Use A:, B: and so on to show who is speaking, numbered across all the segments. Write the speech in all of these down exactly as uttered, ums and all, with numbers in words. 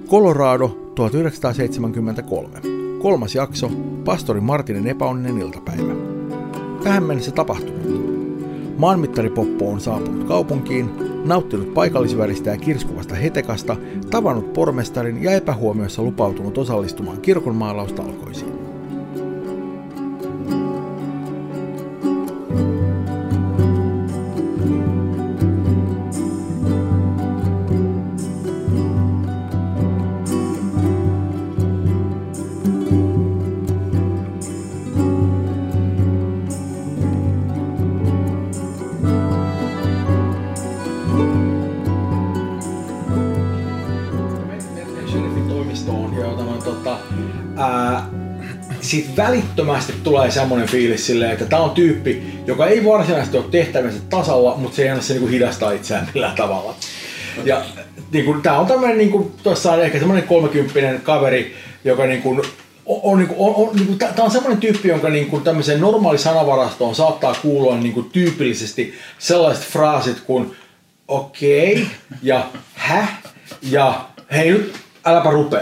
A: Colorado tuhatyhdeksänsataaseitsemänkymmentäkolme. Kolmas jakso, pastori Martinin epäonninen iltapäivä. Tähän mennessä tapahtunut. Maanmittaripoppo on saapunut kaupunkiin, nauttinut paikallisväristä ja kirskuvasta hetekasta, tavannut pormestarin ja epähuomioissa lupautunut osallistumaan kirkonmaalaustalkoisiin.
B: Sitten välittömästi tulee semmoinen fiilis silleen, että tää on tyyppi, joka ei varsinaisesti ole tehtävänsä tasalla, mutta se ei anna se niinku hidastaa itseään millään tavalla. Ja niinku, tää on tämmönen niinku, tuossa on ehkä semmonen kolmekymppinen kaveri, joka niinku, on, on, niinku, on, on, niinku, tää on semmonen tyyppi, jonka niinku, tämmöiseen normaali sanavarastoon saattaa kuulua niinku, tyypillisesti sellaiset fraasit kuin okei okay, ja häh ja hei nyt äläpä rupee.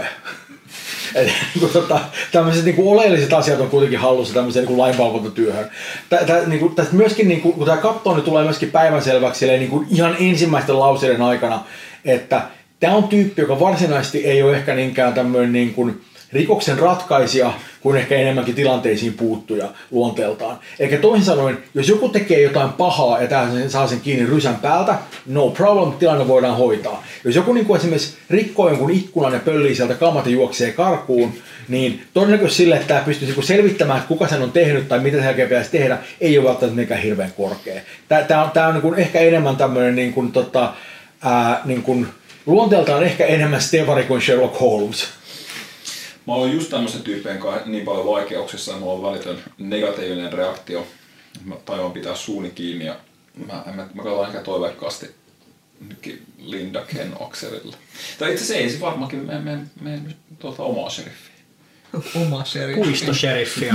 B: Eli niin tota, tämmöiset niin oleelliset asiat on kuitenkin hallussa tämmöiseen niin lainvalvontatyöhön. Tää, tää, niin tästä myöskin, niin kuin, kun tämä katsoo, niin tulee myöskin päivänselväksi niin kuin ihan ensimmäisten lauseiden aikana, että tämä on tyyppi, joka varsinaisesti ei ole ehkä niinkään tämmöinen niin kuin rikoksen ratkaisija, kuin ehkä enemmänkin tilanteisiin puuttuja luonteeltaan. Eikä toisin sanoen, jos joku tekee jotain pahaa ja tämä saa sen kiinni rysän päältä, no problem, tilanne voidaan hoitaa. Jos joku niin kuin esimerkiksi rikkoo jonkun ikkunan ja pöllii sieltä kamat ja juoksee karkuun, niin todennäköisesti sille, että tämä pystyisi selvittämään, että kuka sen on tehnyt tai mitä sen jälkeen pitäisi tehdä, ei ole välttämättä mikään hirveän korkea. Tämä on, tämä on niin kuin ehkä enemmän tämmöinen niin kuin, tota, ää, niin kuin, luonteeltaan ehkä enemmän Stevari kuin Sherlock Holmes.
C: Mä olen just tämmöisen tyyppien kanssa niin paljon vaikeuksissa ja mulla on välitön negatiivinen reaktio. Mä tajuan pitää suuni kiinni ja mä, mä, mä katson ehkä toiveikkaasti Linda Ken Oxerille. Tai itse asiassa ei se varmaankin meidän me, me, me, tuota, omaa sheriffiä.
D: Oma sheriffi.
E: Puisto-sheriffiä.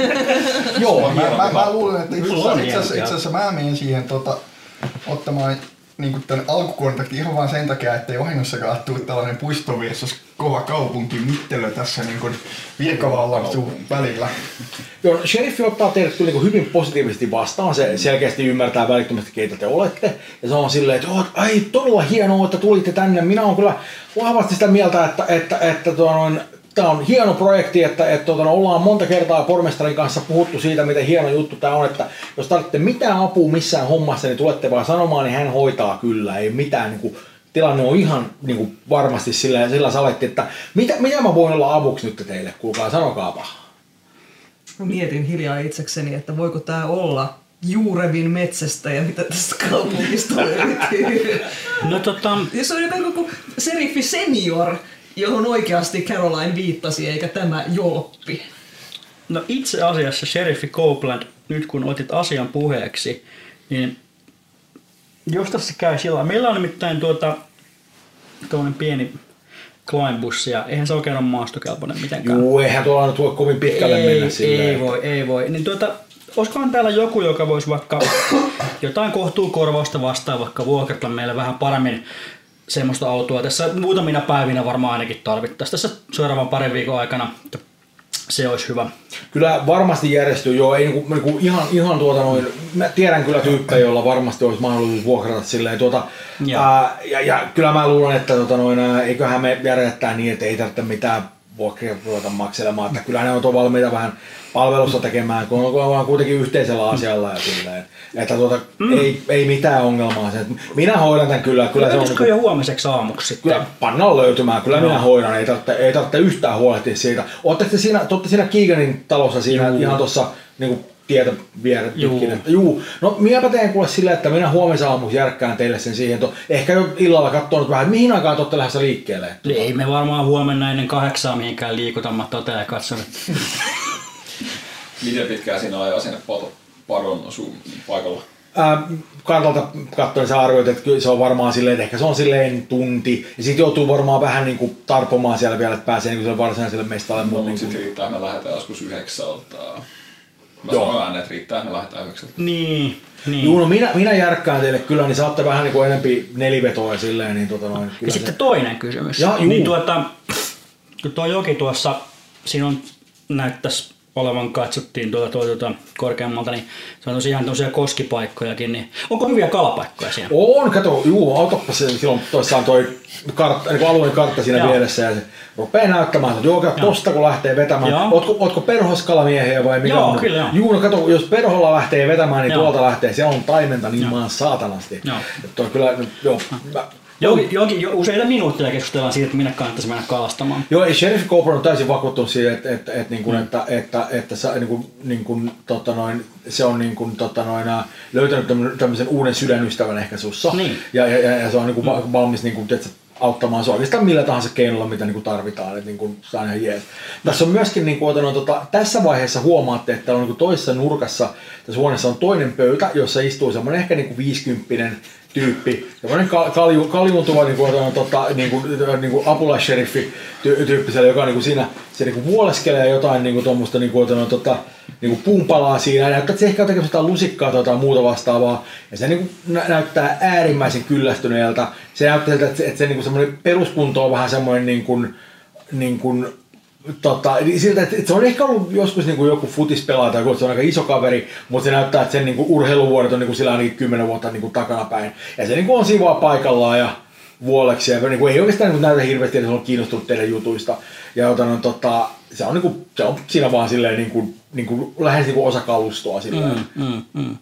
D: Joo, mä, mä, mä luulen, että itse asiassa mä menen siihen tota, ottamaan niin tämän alkukontakti ihan vaan sen takia, ettei vahingossakaan tule tällainen puisto versus kova kaupunki mittelö tässä niin kuin virkavallan välillä.
B: Joo, sheriffi ottaa teidät kyllä niin hyvin positiivisesti vastaan. Se selkeästi ymmärtää välittömästi, keitä te olette. Ja se on silleen, että oh, ai todella hienoa, että tulitte tänne. Minä olen kyllä vahvasti sitä mieltä, että, että, että tuon, tämä on hieno projekti, että, että, että ollaan monta kertaa pormestarin kanssa puhuttu siitä, miten hieno juttu tämä on, että jos tarvitsette mitään apua missään hommassa, niin tulette vaan sanomaan, niin hän hoitaa kyllä, ei mitään, niin kuin, tilanne on ihan niin kuin, varmasti sillä, sillä saletti, että mitä, mitä mä voin olla avuksi nyt teille, kuulkaa, sanokaapa.
D: Mä mietin hiljaa itsekseni, että voiko tää olla juurevin metsästä ja mitä tästä kaupungista löytyy.
E: No tota...
D: Jos on joku, joku seriffi senior, johon oikeasti Caroline viittasi, eikä tämä jolppi.
E: No itse asiassa sheriffi Copeland, nyt kun otit asian puheeksi, niin jos tässä käy sillä meillä on nimittäin tuota, tuollainen pieni Klein-bussi ja eihän se oikein ole maastokelpoinen mitenkään.
B: Juu, eihän tuolla nyt voi kovin pitkälle
E: ei,
B: mennä silleen.
E: Ei voi, ei voi. Niin tuota, olisikohan täällä joku, joka voisi vaikka jotain kohtuukorvausta vastaan vaikka vuokrata meille vähän paremmin semmoista autoa. Tässä muutamina päivinä varmaan ainakin tarvittaisiin tässä seuraavan parin viikon aikana. Se olisi hyvä.
B: Kyllä varmasti järjestyy, joo, ei niinku, niinku ihan, ihan tuota noin, mä tiedän kyllä tyyppejä, joilla varmasti olisi mahdollisuus vuokrata silleen tuota, ja. Ää, ja, ja kyllä mä luulen, että tuota noin, eiköhän me järjestetään niin, että ei tarvitse mitään vuokria ruveta makselemaan, että kyllä ne on valmiita vähän palvelusta tekemään, kun ollaan kuitenkin yhteisellä asialla ja silleen. Että tuota, mm. ei, ei mitään ongelmaa. Minä hoidan tämän kyllä. kyllä se on
E: niin kuin, jo huomiseksi aamuksi sitten?
B: Kyllä pannaan löytymään. Kyllä no. minä hoidan. Ei tarvitse, ei tarvitse yhtään huolehtia siitä. Oletteko te siinä, te siinä Keeganin talossa siinä Juu. ihan tuossa niin tietä viedä pitkin? Että, juu. No minäpä teen kuule silleen, että minä huomisaamuksi järkkään teille sen siihen. To, ehkä jo illalla katsoo nyt vähän, että mihin aikaan te olette lähdössä liikkeelle.
E: Ei me varmaan huomenna ennen kahdeksaa mihinkään liikuta. Mä totean ja katson.
C: Miten pitkään siinä ajaa sinne Paron sun paikalla?
B: Ää, kartalta katsoen sä arvioit, että se on varmaan silleen, että ehkä se on silleen tunti. Ja sit joutuu varmaan vähän niin kuin tarpomaan siellä vielä, että pääsee niin varsinaiselle mestalle.
C: No, mutta
B: niin
C: sit riittää, että me lähdetään joskus yhdeksältä. Mä sanon ääneen, että riittää, että me lähdetään yhdeksältä.
E: Niin. Niin.
B: Juu, no minä, minä järkkään teille kyllä, niin saatte vähän niin kuin enempi nelivetoa silleen. Niin tota noin,
E: ja
B: se...
E: sitten toinen kysymys.
B: Ja,
E: niin tuota, kun tuo joki tuossa, siinä on, näyttäisi olevan, katsottiin tuota, tuota, tuota korkeammalta, niin se on tosiaan tämmöisiä koskipaikkojakin, niin onko hyviä kalapaikkoja siinä?
B: On, kato, juu, autoppa se, silloin toissa on toi kartta, niin alueen kartta siinä Joo. vieressä ja se rupeaa näyttämään, että joo, kato, tosta kun lähtee vetämään, ootko, ootko perhoskalamiehiä vai mikä
E: Joo,
B: on?
E: kyllä joo.
B: Juu, no kato, jos perholla lähtee vetämään, niin Joo. tuolta lähtee, siellä on taimenta niin maan saatanasti.
E: Joo.
B: Että on kyllä, joo. Mä,
E: Jokin, jokin, jo, useita minuutteja keskustellaan siitä, että minne kannattaisi mennä kalastamaan.
B: Joo, ei Sheriff Cooper on täysin vakuuttunut siitä, että, että, että, niin kuin, mm. että, että, että se, niin kuin, niin kuin, tota noin, se on niin kuin, tota noin, löytänyt tämmöisen uuden sydänystävän ehkä sussa. Niin. Ja, ja, ja se on niin kuin, mm. valmis niin kuin, että, auttamaan se oikeastaan millä tahansa keinolla, mitä niin kuin tarvitaan. Että, niin kuin, se on ihan jees. Tässä on myöskin, niin kuin, no, tota, tässä vaiheessa huomaatte, että on niin kuin toisessa nurkassa, tässä huoneessa on toinen pöytä, jossa istuu semmoinen ehkä niin kuin viisikymppinen tyyppi, semmoinen kalju, kaljuuntuva niin kuin, tota, niin kuin, niin kuin apulaisheriffi tyyppi siellä, joka niin kuin siinä se niin kuin vuoleskelee jotain niin kuin tuommoista niin kuin, tota, niin kuin puunpalaa siinä ja näyttää, että se ehkä on tekemässä jotain lusikkaa tai jotain muuta vastaavaa ja se niin kuin nä- näyttää äärimmäisen kyllästyneeltä. Se näyttää siltä, että se, että se niin kuin semmoinen peruskunto on vähän semmoinen niin kuin, niin kuin Tota, siltä, että se on ehkä ollut joskus niin kuin joku futispelaaja tai se on aika iso kaveri, mutta se näyttää, että sen niin kuin urheiluvuodet on niin kuin sillä ainakin kymmenen vuotta niin kuin takanapäin. Ja se niin kuin on siinä vaan paikallaan ja vuoleksi ja niin kuin ei oikeastaan niin kuin näytä hirveästi, että se on kiinnostunut teidän jutuista. Ja joten, no, tota, se, on, niin kuin, se on siinä vaan silleen, niin kuin, niin kuin, lähes niin kuin osa kalustoa. Silleen.
E: Mm, mm, mm.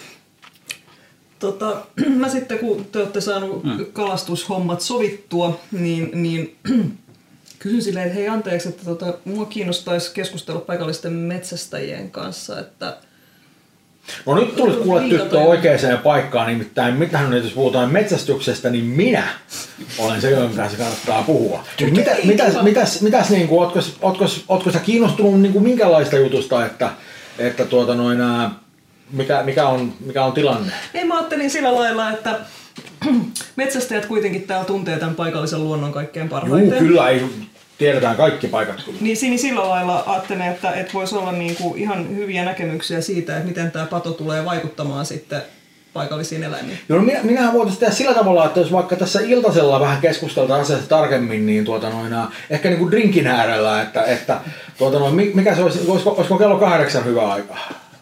F: Tota, mä sitten kun te olette saanut mm. kalastushommat sovittua, niin... niin kysyn silleen, että hei anteeksi, että tota, mua kiinnostaisi keskustella paikallisten metsästäjien kanssa, että...
B: No nyt tulit kuule tyttö oikeaan paikkaan, nimittäin mitähän nyt jos puhutaan metsästyksestä, niin minä olen se, jonka kanssa kannattaa puhua. Mitä, mitäs, mitäs, mitäs niin kuin, ootko, ootko, ootko sä kiinnostunut niin kuin minkälaista jutusta, että, että tuota noin, mikä, mikä, on, mikä on tilanne?
F: Ei, mä ajattelin sillä lailla, että metsästäjät kuitenkin täällä tuntee tämän paikallisen luonnon kaikkein parhaiten.
B: Juu, kyllä, ei, tiedetään kaikki paikat kyllä.
F: Niin, niin sillä lailla ajattelen, että, että voisi olla niinku ihan hyviä näkemyksiä siitä, että miten tämä pato tulee vaikuttamaan sitten paikallisiin eläimiin.
B: Joo, no minä, minähän voitaisiin tehdä sillä tavalla, että jos vaikka tässä iltasella vähän keskusteltaan asiasta tarkemmin, niin tuota noin, ehkä niin kuin drinkin äärellä, että, että tuota noin, mikä se olisi, olisiko, olisiko kello kahdeksan hyvä aika?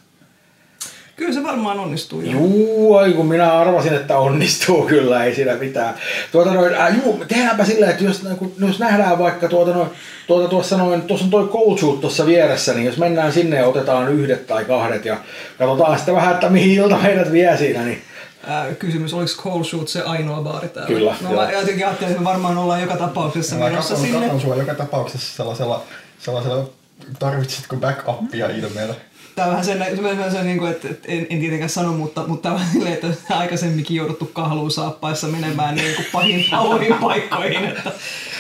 F: Kyllä se varmaan onnistuu. Jo.
B: Juu, ai kun minä arvasin, että onnistuu kyllä, ei siinä mitään. Tuota noin, äh, juu, tehdäänpä silleen, että jos, jos nähdään vaikka tuota noin, tuota tuossa noin, tuossa on toi Cold Shoot tuossa vieressä, niin jos mennään sinne ja otetaan yhdet tai kahdet ja katsotaan sitten vähän, että mihin ilta meidät vie siinä, niin...
F: Äh, kysymys, oliko Cold Shoot se ainoa baari täällä?
B: Kyllä.
F: No mä jotenkin ajattelin, että me varmaan ollaan joka tapauksessa
D: mä
F: menossa
D: katon,
F: sinne. Mä
D: katon sua joka tapauksessa sellaisella, sellaisella tarvitsitko backupia ilmeellä?
F: Tää on vähän sen, sen niin kuin, että en, en tietenkään sano, mutta, mutta vähän silleen, että aikaisemminkin jouduttu kahluun saappaissa menemään niin kuin pahin pahoihin paikkoihin. Että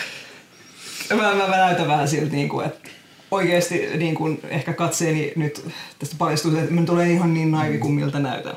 F: mä, mä näytän vähän siltä, niin kuin, että oikeasti niin kuin, ehkä katseeni nyt tästä paljastuu, että mä tulee ihan niin naivi kuin miltä näytän.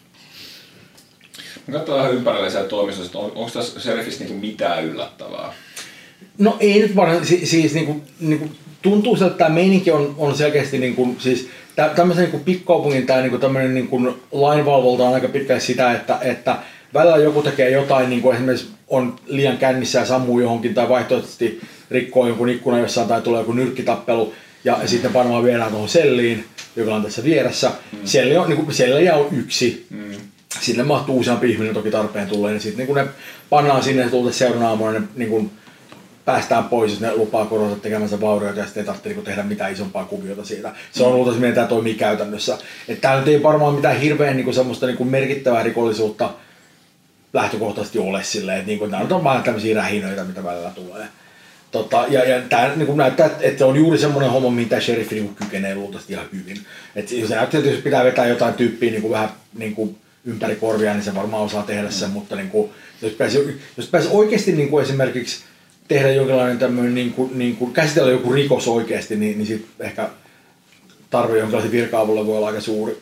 C: Mä katsoin vähän ympärillä siellä toimistossa, että on, onko tässä Sheriffissa niin mitään yllättävää?
B: No ei nyt vaan, si, siis niin kuin, niin kuin, tuntuu siltä, että tämä meininki on, on selkeästi niin kuin, siis tämmöisen niin pikkaupungin tämä niin tämmöinen niin lainvalvonta on aika pitkälle sitä, että, että välillä joku tekee jotain, niin kuin esimerkiksi on liian kännissä ja sammuu johonkin tai vaihtoehtoisesti rikkoo jonkun ikkunan jossain tai tulee joku nyrkkitappelu ja sitten varmaan viedään tuohon selliin, joka on tässä vieressä. Mm. Selli on, niin kuin, selliä on yksi. Mm. Sinne mahtuu useampi ihminen toki tarpeen tulee, niin sitten niin ne pannaan sinne ja tulta seuraavana aamuna ne niin kuin, päästään pois, jos ne lupaa koronata tekemänsä vaurioita ja sitten ei tarvitse tehdä mitään isompaa kuviota siitä. Se on ollut miten tämä toimii käytännössä. Täällä nyt ei varmaan mitään hirveän niin kuin, semmoista niin kuin merkittävää rikollisuutta lähtökohtaisesti ole silleen, että niin kuin, nämä on vain tämmöisiä rähinöitä, mitä välillä tulee. Tota, ja ja tämä niin näyttää, että se on juuri semmoinen homma, mihin tämä sheriffi niin kykenee luultavasti ihan hyvin. Et jos se näyttää, että jos pitää vetää jotain tyyppiä niin kuin vähän niin kuin ympäri korvia, niin se varmaan osaa tehdä sen, mutta niin kuin, jos pääsi, jos pääsi oikeasti niin kuin esimerkiksi tehdä jonkinlainen tämmöinen, niin kuin, niin kuin, käsitellä joku rikos oikeasti, niin, niin sitten ehkä tarve jonkinlaisen virka-avulle voi olla aika suuri.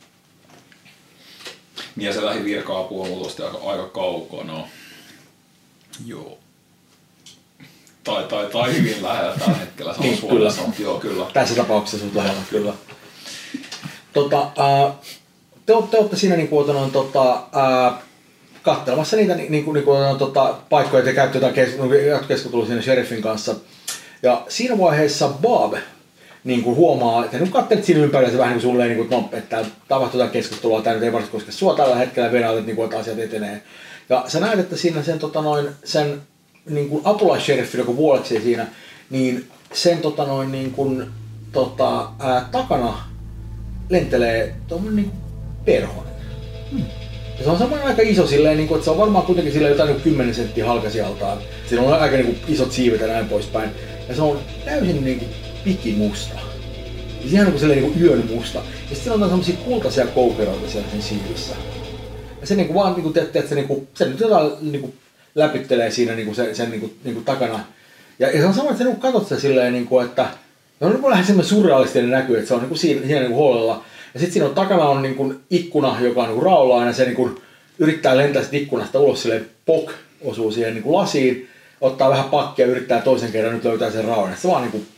C: Niin ja se lähi virka-apu on luultavasti aika, aika kaukana. Joo. Tai, tai, tai hyvin lähellä tällä hetkellä.
B: Niin, kyllä.
C: Joo, kyllä.
B: Tässä tapauksessa sinut lähellä, kyllä. Tota, äh, te, te olette siinä niin kuin, noin, tota, ää, katselemassa niitä niin kuin, niin kuin, noin, tota, paikkoja, että te käytte jotain kes- keskustelua siinä sheriffin kanssa. Ja siinä vaiheessa Bob niin kuin huomaa, että niin katselet siinä ympärillä vähän niin kuin sulleen, niin kuin, no, että tapahtuu jotain keskustelua, tämä nyt ei varmasti koske sua tällä hetkellä, venailet, niin kuin, että asiat etenee. Ja sä näet, että siinä sen, tota, noin, sen niin kuin apulaissheriffin, joku vuoleksi siinä, niin sen tota, noin, niin kuin, tota, ää, takana lentelee tuommoinen niin perhonen. Hmm. Ja se on semmoinen aika iso silleen, niin kuin, että se on varmaan kuitenkin silleen jotain niin kymmenen senttiä halkasijaltaan. Siinä on aika niin kuin, isot siivet ja näin poispäin. Ja se on täysin niin kuin, pikimusta. Ja se on niin silleen niin kuin yön musta. Ja sitten on semmosia kultaisia koukeroita siellä sen siivissä. Ja se niin kuin, vaan niin kuin, teette, että se, niin kuin, se nyt jotain niin kuin, läpittelee siinä niin kuin, sen, sen niin kuin, niin kuin, takana. Ja, ja se on sama, että sä niin katsot sitä silleen, niin kuin, että se on niin lähes semmoinen surrealistinen näky, että se on niin kuin, siinä, siinä niin kuin, huolella. Ja sitten siinä on, takana on niin kuin, ikkuna, joka on niin kuin, raollaan ja se niin kuin, yrittää lentää sit ikkunasta ulos silleen, pok, osuu siihen niin kuin, lasiin, ottaa vähän pakkia ja yrittää toisen kerran nyt löytää sen raon. Se vaan niin kuin,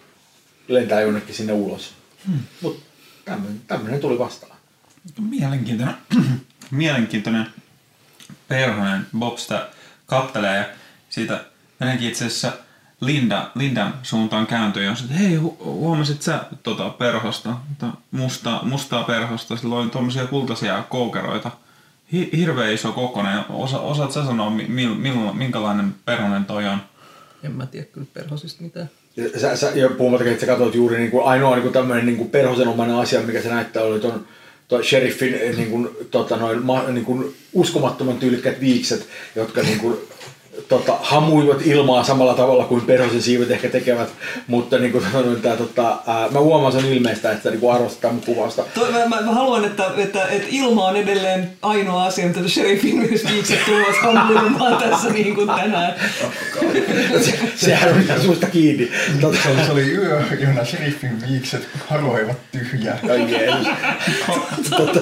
B: lentää jonnekin sinne ulos. Hmm. Mutta tämmöinen tuli vastaan.
G: Mielenkiintoinen, mielenkiintoinen perhonen. Bob sitä kattelee ja siitä jotenkin itse asiassa Linda, Lindan suuntaan kääntyy ja on että hei, hu- huomasit sä tota perhosta, tota mustaa, mustaa perhosta, sillä oli tuommoisia kultaisia koukeroita. Hi- hirveän iso kokoinen. Osa, osaat sä sanoa, mi- mi- mi- minkälainen perhonen toi on?
F: En mä tiedä kyllä perhosista mitään.
B: Sä, sä, ja puhumattakin, että sä katsoit juuri niin kuin ainoa niin kuin tämmöinen niin kuin perhosenomainen asia, mikä se näyttää, oli ton, ton sheriffin niin kuin, tota, noin, ma, niin kuin uskomattoman tyylikkäät viikset, jotka niin kuin, tota, hamuivat ilmaa samalla tavalla kuin perhosen siivet ehkä tekevät, mutta niin kuin sanoin, tää, tota, ää, mä huomaan sen ilmeistä, että niin arvostetaan mun kuvasta.
F: Toi, mä, mä, mä haluan, että, että, että ilma on edelleen ainoa asia, mitä sheriffin myös viikset tulevat hamuilemaan tässä niin kuin tänään.
B: Se, sehän on ihan susta kiinni.
D: Tota, se, oli, se oli yö, jona sheriffin viikset haroivat tyhjää.
B: Ai jeesus. Tota.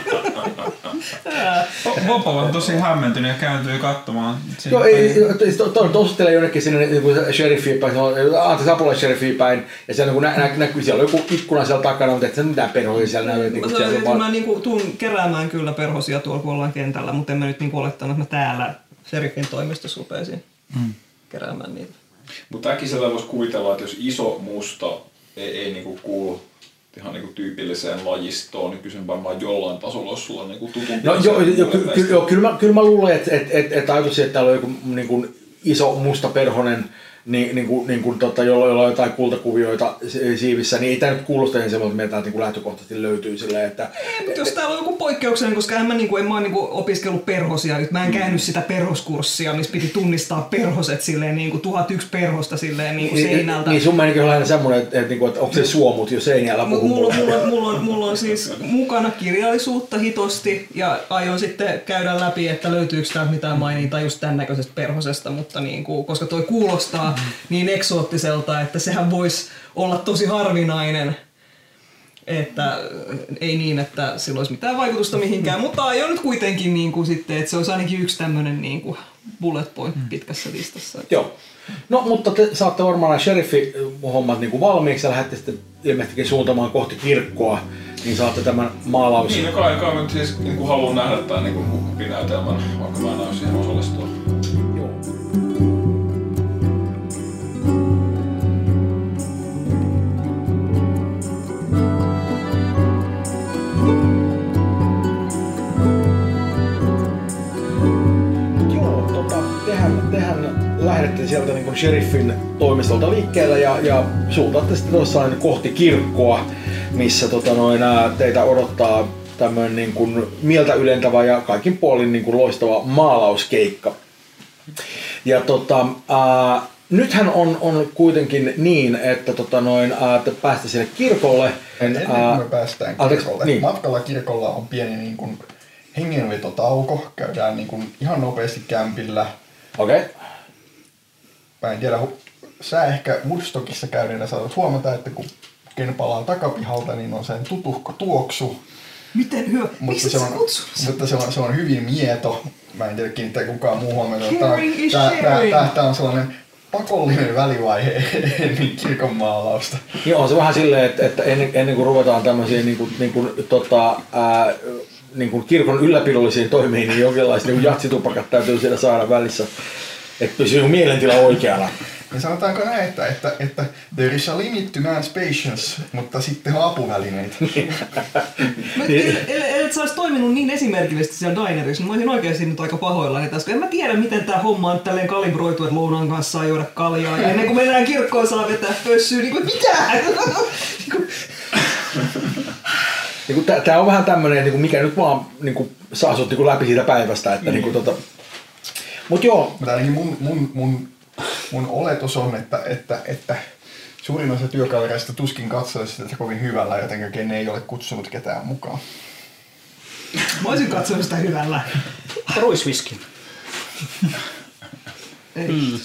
G: Bob on tosi hämmentynyt ja kääntyy katsomaan.
B: Joo, ei, toi tosittelee jonnekin sinne niin sheriffiin päin, anteeksi apulaissheriffiin päin, ja siellä niin nä, nä, näkyy, siellä on joku ikkuna siellä takana, mutta et sä mitään perhoja siellä näy. Niin
F: mä, siellä vaan... mä niin kuin, tuun keräämään kyllä perhosia tuolla, kun ollaan kentällä, mutta en mä nyt niin kuin olettanut, että mä täällä sheriffin toimistossa rupeaisin mm. keräämään niitä.
C: Mutta äkisellä voisi kuvitella, että jos iso musta ei, ei niinku kuulu ihan niinku tyypilliseen lajistoon, niin kysyn varmaan jollain tasolla, jos sulla on niinku tutumpi.
B: No joo, jo, ky, ky, jo, kyllä, mä, kyllä mä luulen, että et, et, et ajatus, että täällä on joku niinku, iso musta perhonen, niin, niin kuin, niin kuin, tota, jolla, jolla on jotain kultakuvioita siivissä, niin ei tämä nyt kuulosta ihan semmoista, että meiltä niin lähtökohtaisesti löytyy silleen, että...
F: Ei, mutta jos täällä on joku poikkeuksellinen, koska en mä, niin kuin, en mä ole niin kuin opiskellut perhosia, mä en käynyt sitä perhoskurssia, missä piti tunnistaa perhoset silleen niin kuin tuhat yksi perhosta silleen niin kuin seinältä.
B: Niin sun menikin on aina semmoinen, että, että, että onko se suomut jo seinällä puhuu
F: mulla, mulla, mulla, on, mulla on siis mukana kirjallisuutta hitosti ja aion sitten käydä läpi, että löytyykö täältä mitään mainintaa just tämän näköisestä perhosesta, mutta niin kuin, koska toi kuulostaa mm. niin eksoottiselta, että sehän voisi olla tosi harvinainen. Että ei niin, että sillä olisi mitään vaikutusta mihinkään, mutta aion nyt kuitenkin niin kuin sitten, että se olisi ainakin yksi tämmöinen niin kuin bullet point pitkässä listassa.
B: Joo. No, mutta te saatte varmaan nämä sheriffi-hommat niin kuin valmiiksi ja lähdette sitten ilmeisestikin suuntamaan kohti kirkkoa, niin saatte tämän maalaus.
C: Niin, joka aikaa nyt siis niin kuin haluan nähdä tämän niin kuin hukkupinäytelmän, vaikka mä en ole siihen osallistua.
B: Joo. Lähdette sieltä niin kuin sheriffin toimistolta liikkeelle ja, ja suuntaatte sitten tuossa kohti kirkkoa, missä tota, noin, teitä odottaa tämmöinen niin kuin mieltä ylentävä ja kaikin puolin niin kuin loistava maalauskeikka. Ja tota, ää, nythän on, on kuitenkin niin, että tota, noin, ää, te päästä sinne kirkolle.
D: Ennen kuin me päästään kirkolle. Niin. Matkalla kirkolla on pieni niin kuin hengenvetotauko. Käydään niin kuin ihan nopeasti kämpillä.
B: Okei. Okay.
D: Mä en tiedä, sä ehkä Woodstockissa käydeenä saatat huomata, että kun ken palaa takapihalta, niin on sen tutuhko tuoksu.
F: Miten hyvä?
D: Mutta se on, mutta se on, se on hyvin mieto. Mä en tiedä, kiinnittää kukaan muu huomioon. Tää on, tää, tää, tää on sellainen pakollinen välivaihe ennen kirkon maalausta.
B: Niin on se vähän silleen, että, että ennen, ennen kuin ruvetaan tämmöisiä niin kuin, niin kuin, tota, ää, niin kuin kirkon ylläpidollisiin toimiin, niin jonkinlaiset niin jatsitupakat täytyy siellä saada välissä, että pysyy mielentila oikeana.
D: Ja sanotaanko näin, että, että, että there is a limit to man's patience, mutta sitten on apuvälineitä.
F: Ellei sä olisi toiminut niin esimerkillisesti siellä dinerissa, niin mä olisin oikeasti nyt aika pahoillani tässä. En mä tiedä, miten tää homma on tälleen kalibroitu, että lounaan kanssa saa juoda kaljaa. Ja ennen kuin mennään kirkkoon, saa vetää pössyä, niin kuin mitä?
B: Niin tää, tää on vähän tämmönen, niin mikä nyt vaan niin saa sut niin läpi siitä päivästä. Että, mm. niin tota... Mut joo.
D: Mutta ainakin mun, mun, mun, mun oletus on, että, että, että suurin osa työkavereista tuskin katsoisi sitä kovin hyvällä, jotenka ken ei ole kutsunut ketään mukaan.
F: Mä olisin katsonut sitä hyvällä.
E: Ruisviskin.
B: Mm.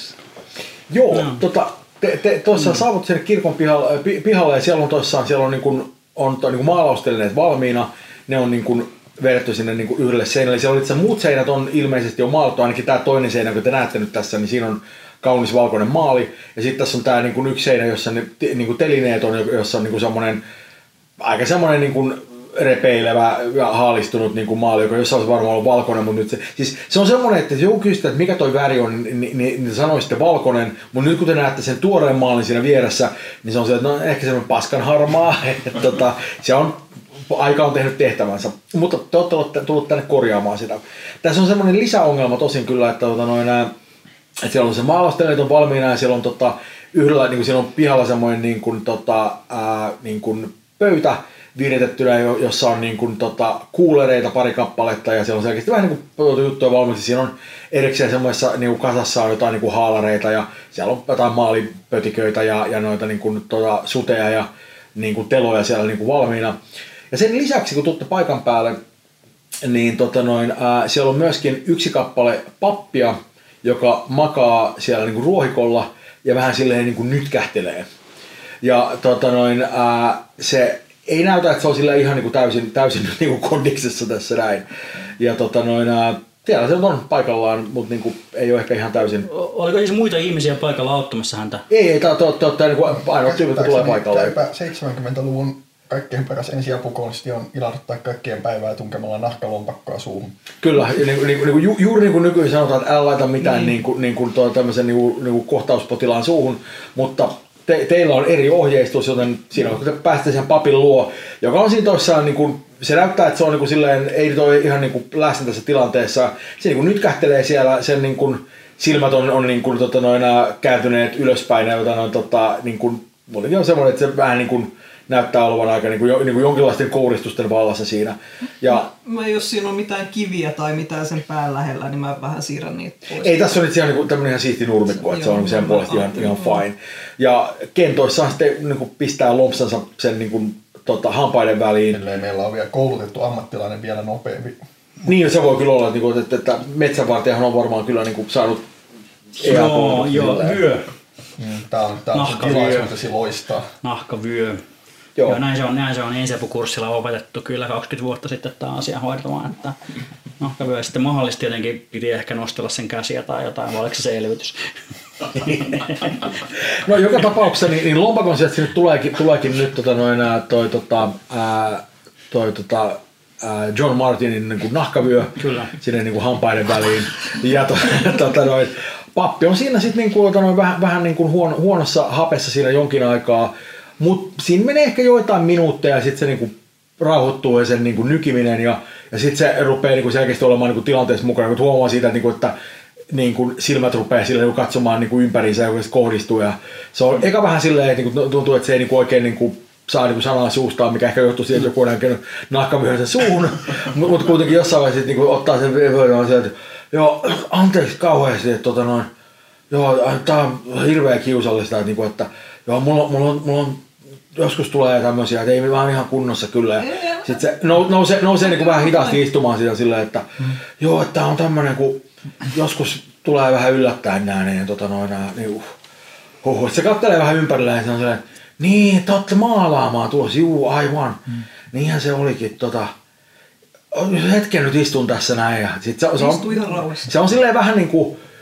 B: Joo, no. tota, te, te tuossa mm. saavut sinne kirkon pihalle, pihalle ja siellä on toissaan, siellä on, niin kuin, on to, niin kuin maalaustelineet valmiina, ne on niin kuin vedetty sinne niin kuin yhdelle seinälle. Siellä itse muut seinät on ilmeisesti jo maalattu, ainakin tämä toinen seinä, kun te näette nyt tässä, niin siinä on kaunis valkoinen maali. Ja sitten tässä on tämä niin kuin yksi seinä, jossa ne niin kuin telineet on, jossa on niin kuin semmoinen, aika semmoinen niin kuin repeilevä ja haalistunut niin kuin maali, joka jossain olisi varmaan ollut valkoinen, mutta nyt se, siis se on semmoinen, että jos joku kysyy, että mikä toi väri on, niin, niin, niin, niin sanoisitte valkoinen, mutta nyt kun te näette sen tuoreen maalin siinä vieressä, niin se on se, että no ehkä semmoinen paskan harmaa, että tota, se on, aika on tehnyt tehtävänsä, mutta te olette tullut tänne korjaamaan sitä. Tässä on semmoinen lisäongelma tosin kyllä, että, tota, noin, että siellä on se maalaustelijat on valmiina ja siellä on tota, yhdellä, niin kuin siellä on pihalla semmoinen niin kuin, tota, ää, niin kuin pöytä, viritettynä, jossa on niin kuin, tota, kuulereita pari kappaletta ja siellä on selkeästi vähän niin kuin juttuja valmiiksi. Siinä on erikseen semmoisessa niin kuin kasassa on jotain niin kuin haalareita ja siellä on jotain maalipötiköitä ja, ja noita niin kuin, tota, suteja ja niin kuin teloja siellä niin kuin valmiina. Ja sen lisäksi, kun tuutte paikan päälle, niin tota noin, ää, siellä on myöskin yksi kappale pappia, joka makaa siellä niin kuin ruohikolla ja vähän silleen niin kuin nytkähtelee. Ja tota noin, ää, se ei näytä, että se on sillä ihan niin kuin täysin, täysin niin kuin kondiksessa tässä näin. Ja tota noin, ää, siellä se on paikallaan, mutta niin kuin ei ole ehkä ihan täysin.
E: Oliko siis muita ihmisiä paikalla auttamassa häntä?
B: Ei, ei tämä on niin ainoa tyyppi, joka tulee paikalle.
D: seitsemänkymmentäluvun kaikkein paras ensiapukonsti on ilahduttaa kaikkien päivää tunkemalla nahkalompakkoa suuhun.
B: Kyllä, ja niin, niin, niin, ju, juuri niin kuin nykyisin sanotaan, että älä laita mitään niin. Niin kuin, niin kuin tämmöisen niin kuin, niin kuin kohtauspotilaan suuhun, mutta te, teillä on eri ohjeistus, joten siinä on, kun te pääsette sen papin luo, joka on siinä toissaan, niin kuin, se näyttää, että se on niin kuin silleen, ei toi ihan niin kuin läsnä tässä tilanteessa, se niin kuin nytkähtelee siellä, sen niin kuin silmät on, on niin kuin, tota, noin, kääntyneet ylöspäin, ja jotain, tota, niin kuin, muutenkin on semmoinen, että se vähän niin kuin näyttää olevan aika niin kuin, niin kuin jonkinlaisten kouristusten vallassa siinä. Ja
F: mä, mä jos siinä on mitään kiviä tai mitään sen pään lähellä, niin mä vähän siirrän niitä pois.
B: Ei, tässä on nyt ihan niin tämmöinen ihan siisti nurmikko, että se on sen puolesta ihan, ihan fine. Ja kentoissaan sitten niin kuin pistää lompsansa sen niin kuin, tota, hampaiden väliin.
D: Ellei meillä on vielä koulutettu ammattilainen vielä nopeampi.
B: Niin, se voi kyllä olla, että, että metsänvartijahan on varmaan kyllä niin kuin saanut
E: Joo, joo, vyö.
D: Tää on, tää on se tilaisuutesi loistaa.
E: Nahkavyö.
B: Joo.
E: Joo, näin se on, näin se on ensiapukurssilla opetettu kyllä kaksikymmentä vuotta sitten tämä asia hoitamaan, että nahkavyö sitten mahdollisesti jotenkin piti ehkä nostella sen käsiä tai jotain, vai oliko se elvytys?
B: No joka tapauksessa niin, niin lompakon sieltä sinne tuleekin, tuleekin nyt tota, noin, toi, tota, ää, toi, tota, ää, John Martinin niin kuin nahkavyö kyllä sinne niin kuin hampaiden väliin ja to, tota, noin, pappi on siinä sitten niin kuin, noin, vähän, vähän niin kuin huono, huonossa hapessa siinä jonkin aikaa. Mutta siinä menee ehkä joitain minuutteja ja sitten se niinku rauhoittuu ja sen niinku nykiminen ja, ja sitten se rupeaa niinku selkeästi olemaan niinku tilanteessa mukana. Kun huomaa siitä, että, niinku, että niinku silmät rupeaa sille, niinku katsomaan niinku ympäriinsä ja se kohdistuu. Ja se on eka vähän silleen, että niinku tuntuu, että se ei niinku oikein niinku saa niinku sanaa suustaan, mikä ehkä johtuu siitä, että joku on näkynyt nahkavyöhön suuhun. Mutta kuitenkin jossain vaiheessa niinku ottaa sen vyöhön ja että joo, anteeksi kauheasti, että tota noin, joo, tää on hirveän kiusallista, että, niinku, että joo, mulla, mulla on, mulla on joskus tulee tämmöisiä, että ei vaan ihan kunnossa kyllä. Sitten se nousee, nousee niin kuin vähän hitaasti istumaan sitä silleen, että mm. joo, että tää on tämmönen, kun joskus tulee vähän yllättäen nää, niin, tota, noin, nää, niin uh, huh. Se kattelee vähän ympärilleen ja se on silleen, niin, te ootte maalaamaan tuossa, juu, aivan. Mm. Niinhän se olikin, tota, hetken nyt istun tässä näin. Ja sit se, se, on,
F: Istu ihan rauhassa.
B: Se on silleen vähän niin kuin,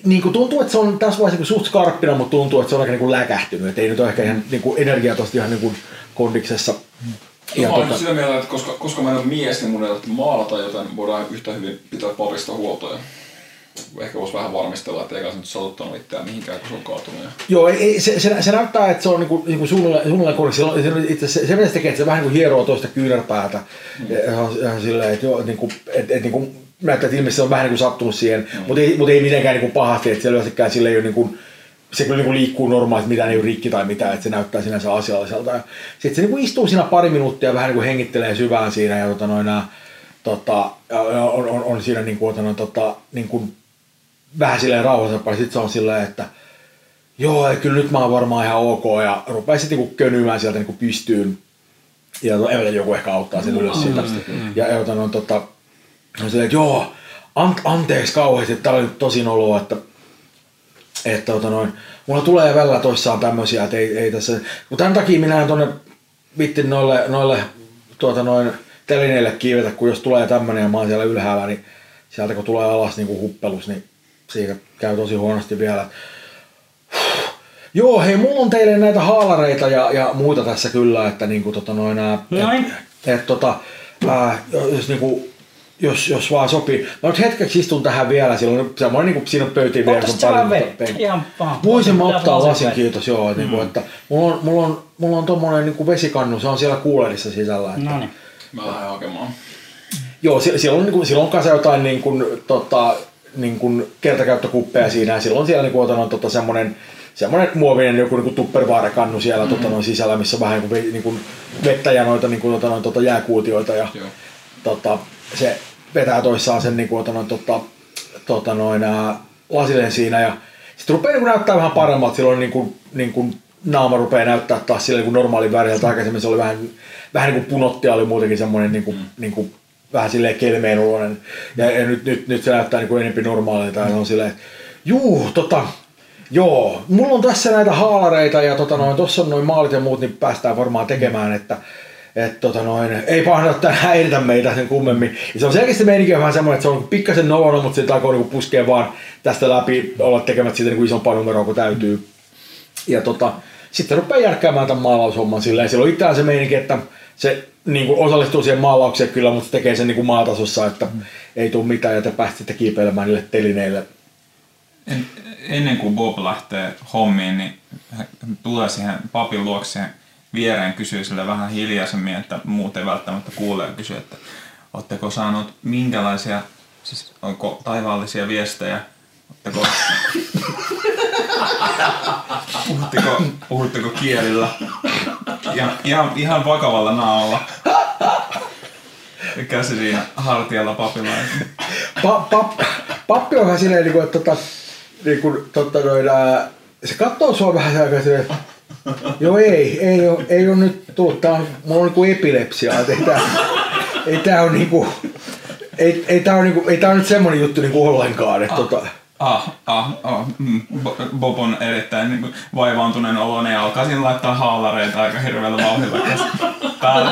B: niin kuin tuntuu, että se on tässä vaiheessa niin suht skarppina, mutta tuntuu, että se on aika niin kuin läkähtynyt. Että ei nyt ole ehkä ihan niin kuin energiaa tosta ihan niin kuin kondiksessa.
C: Ja mä olen tota... sitä mieltä, että koska, koska mä en ole mies, niin mun ei tarvitse maalata, joten voidaan yhtä hyvin pitää papista huolta. Ja ehkä voisi vähän varmistella, että eikä se nyt satuttanut itseään mihinkään, kun se on kaatunut. Ja...
B: Joo, ei, se, se, se näyttää, että se on niinku, niinku suunnilleen korkeasti. Se, se, se, se tekee, että se vähän niin kuin hieroo toista kyynärpäätä. Mm. Ihan silleen, että joo, niinku, et, et, niinku, näyttää, että ilmeisesti se on vähän niin kuin sattunut siihen, mm. mutta ei, mut ei mitenkään niinku pahasti, että selvästikään sille ei ole niinku, se kyllä niinku liikkuu normaalisti, mitään ei ole rikki tai mitään, että se näyttää sinänsä asialliselta. Sitten se niinku istuu siinä pari minuuttia ja vähän niinku hengittelee syvään siinä ja tota, noin, nää, tota, on, on, on siinä niinku, tota, tota, niinku, vähän silleen rauhallisempaa, ja sitten se on silleen, että joo, kyllä nyt mä oon varmaan ihan ok, ja rupeaa sitten niinku könymään sieltä niinku pystyyn, ja to, joku ehkä auttaa sen ylös siitä. Ja, ja no, tota, on silleen, että joo, an, anteeksi kauheasti, että tää oli nyt tosi noloa, että että tota noin, mulla tulee välillä toissaan tämmösiä, että ei, ei tässä, mutta tämän takia minä en tonne vittin noille, noille tuota noin telineille kiivetä, kun jos tulee tämmönen ja mä oon siellä ylhäällä, niin sieltä kun tulee alas niinku huppelus, niin siitä käy tosi huonosti vielä. Joo, hei, mulla on teille näitä haalareita ja, ja muita tässä kyllä, että niinku tota noin nää, et, et, tota, ää, jos niinku, jos, jos vaan sopii. Mä nyt hetkeksi istun tähän vielä, silloin semmoinen niinku siinä pöytiin vielä.
E: Otas sä vettä? Ihan vaan.
B: Voisin mä ottaa lasin, kiitos, joo, että mm. niinku, että mulla on, mulla on, mulla on tommonen niinku vesikannu, se on siellä kuulerissa sisällä. Että,
E: no niin.
C: Mä lähden hakemaan.
B: Joo, silloin, niinku, silloin on kanssa jotain niinku, tota, niin kuin kertakäyttökuppeja siinä ja silloin siellä niin on tota semmoinen semmoinen muovinen joku niin tupperware-kannu siellä mm-hmm. tota, noin sisällä, missä on vähän niin kuin, niin kuin vettä ja noita, niin kuin, tota, noin, tota, jääkuutioita ja tota, se vetää toissaan sen niin kuin, tota, tota, tota, noin, ää, lasilleen siinä ja sitten rupeaa niin näyttää vähän paremmalta, silloin niin kuin, niin kuin naama rupeaa näyttää taas sillä niin kuin normaalin väriltä, aikaisemmin se oli vähän, vähän niin kuin punottia, oli muutenkin semmoinen niin kuin, mm. niin kuin, vähän silleen kelmeen uloinen. Ja, ja nyt, nyt, nyt se näyttää niin kuin enemmän normaalilta ja on silleen, juu, tota, joo, mulla on tässä näitä haalareita ja tota noin, tossa on noin maalit ja muut, niin päästään varmaan tekemään, että et, tota noin, ei pahnata tää häiritä meitä sen kummemmin. Ja se on selkeästi meininkin vähän semmoinen, että se on pikkasen nolona, mutta se aikoo niin puskea vaan tästä läpi, olla tekemät siitä niin isompaa numeroa kuin täytyy. Ja tota, sitten rupeaa järkkäämään tämän maalaushomman silleen. Siellä on itseään se meininki, että se niin kuin osallistuu siihen maalaukseen kyllä, mutta se tekee sen niin kuin maatasossa, että mm. ei tule mitään ja te päästä sitten kiipeilemään niille telineille.
G: En, ennen kuin Bob lähtee hommiin, niin hän tulee siihen papin luokseen viereen, kysyy sille vähän hiljaisemmin, että muut ei välttämättä kuule ja kysyy, että ootteko saanut minkälaisia, siis onko taivaallisia viestejä, ootteko, puhutteko, puhutteko kielillä ja ihan, ihan vakavalla naamalla. Ja käsi siinä hartialla papilla.
B: Pa, pa, pappi on vähän silleen, että tota, niin kuin, tota, noin, se katsoo sua vähän aikaa silleen, että joo ei, ei ole, ei ole nyt tullut, tää on, mulla on niinku epilepsia, että ei tää, ei tää on niinku, ei, ei tää on niinku, ei tää on nyt semmonen juttu niinku ollenkaan, että ah, tota.
G: Ah, ah, ah, Bob on erittäin niinku vaivaantuneen oloinen ja alkaa siinä laittaa haalareita aika hirveällä vauhdilla päälle.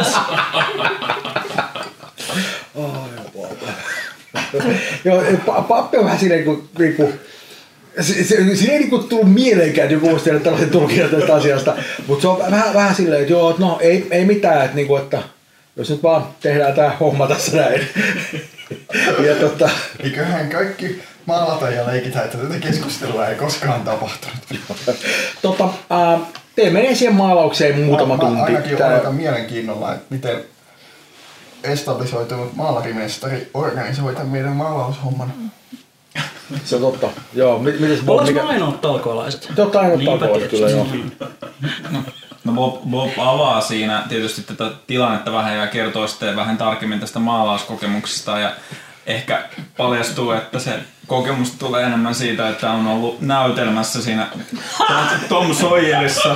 B: Joo, pappi on vähän silleen niinku, siinä ei niinku tullut mieleenkään, että joku voisi tehdä tällaisen tulkinnan tästä asiasta, mutta se on vähän, vähän silleen, että joo, että no ei, ei mitään, että, niinku, että jos nyt vaan tehdään tää homma tässä näin. Ja tota...
D: Eiköhän kaikki maalata ja leikitä, että tätä keskustelua ei koskaan tapahtunut.
B: tota, äh, teemme menee siihen maalaukseen muutama
D: mä,
B: tunti.
D: Mä ainakin Tää... odotan mielenkiinnolla, että miten establisoitunut maalarimestari organisoi tämän meidän maalaushomman.
B: Se on totta. Joo, mites Bob?
E: Ollaanko mikä... ainoat talkoilaiset?
B: Te olette ainoat talkoilaiset kyllä, joo.
G: No, no Bob, Bob avaa siinä tietysti tätä tilannetta vähän ja kertoo sitten vähän tarkemmin tästä maalauskokemuksesta ja ehkä paljastuu, että se kokemus tulee enemmän siitä, että on ollut näytelmässä siinä Tom Sawyerissa.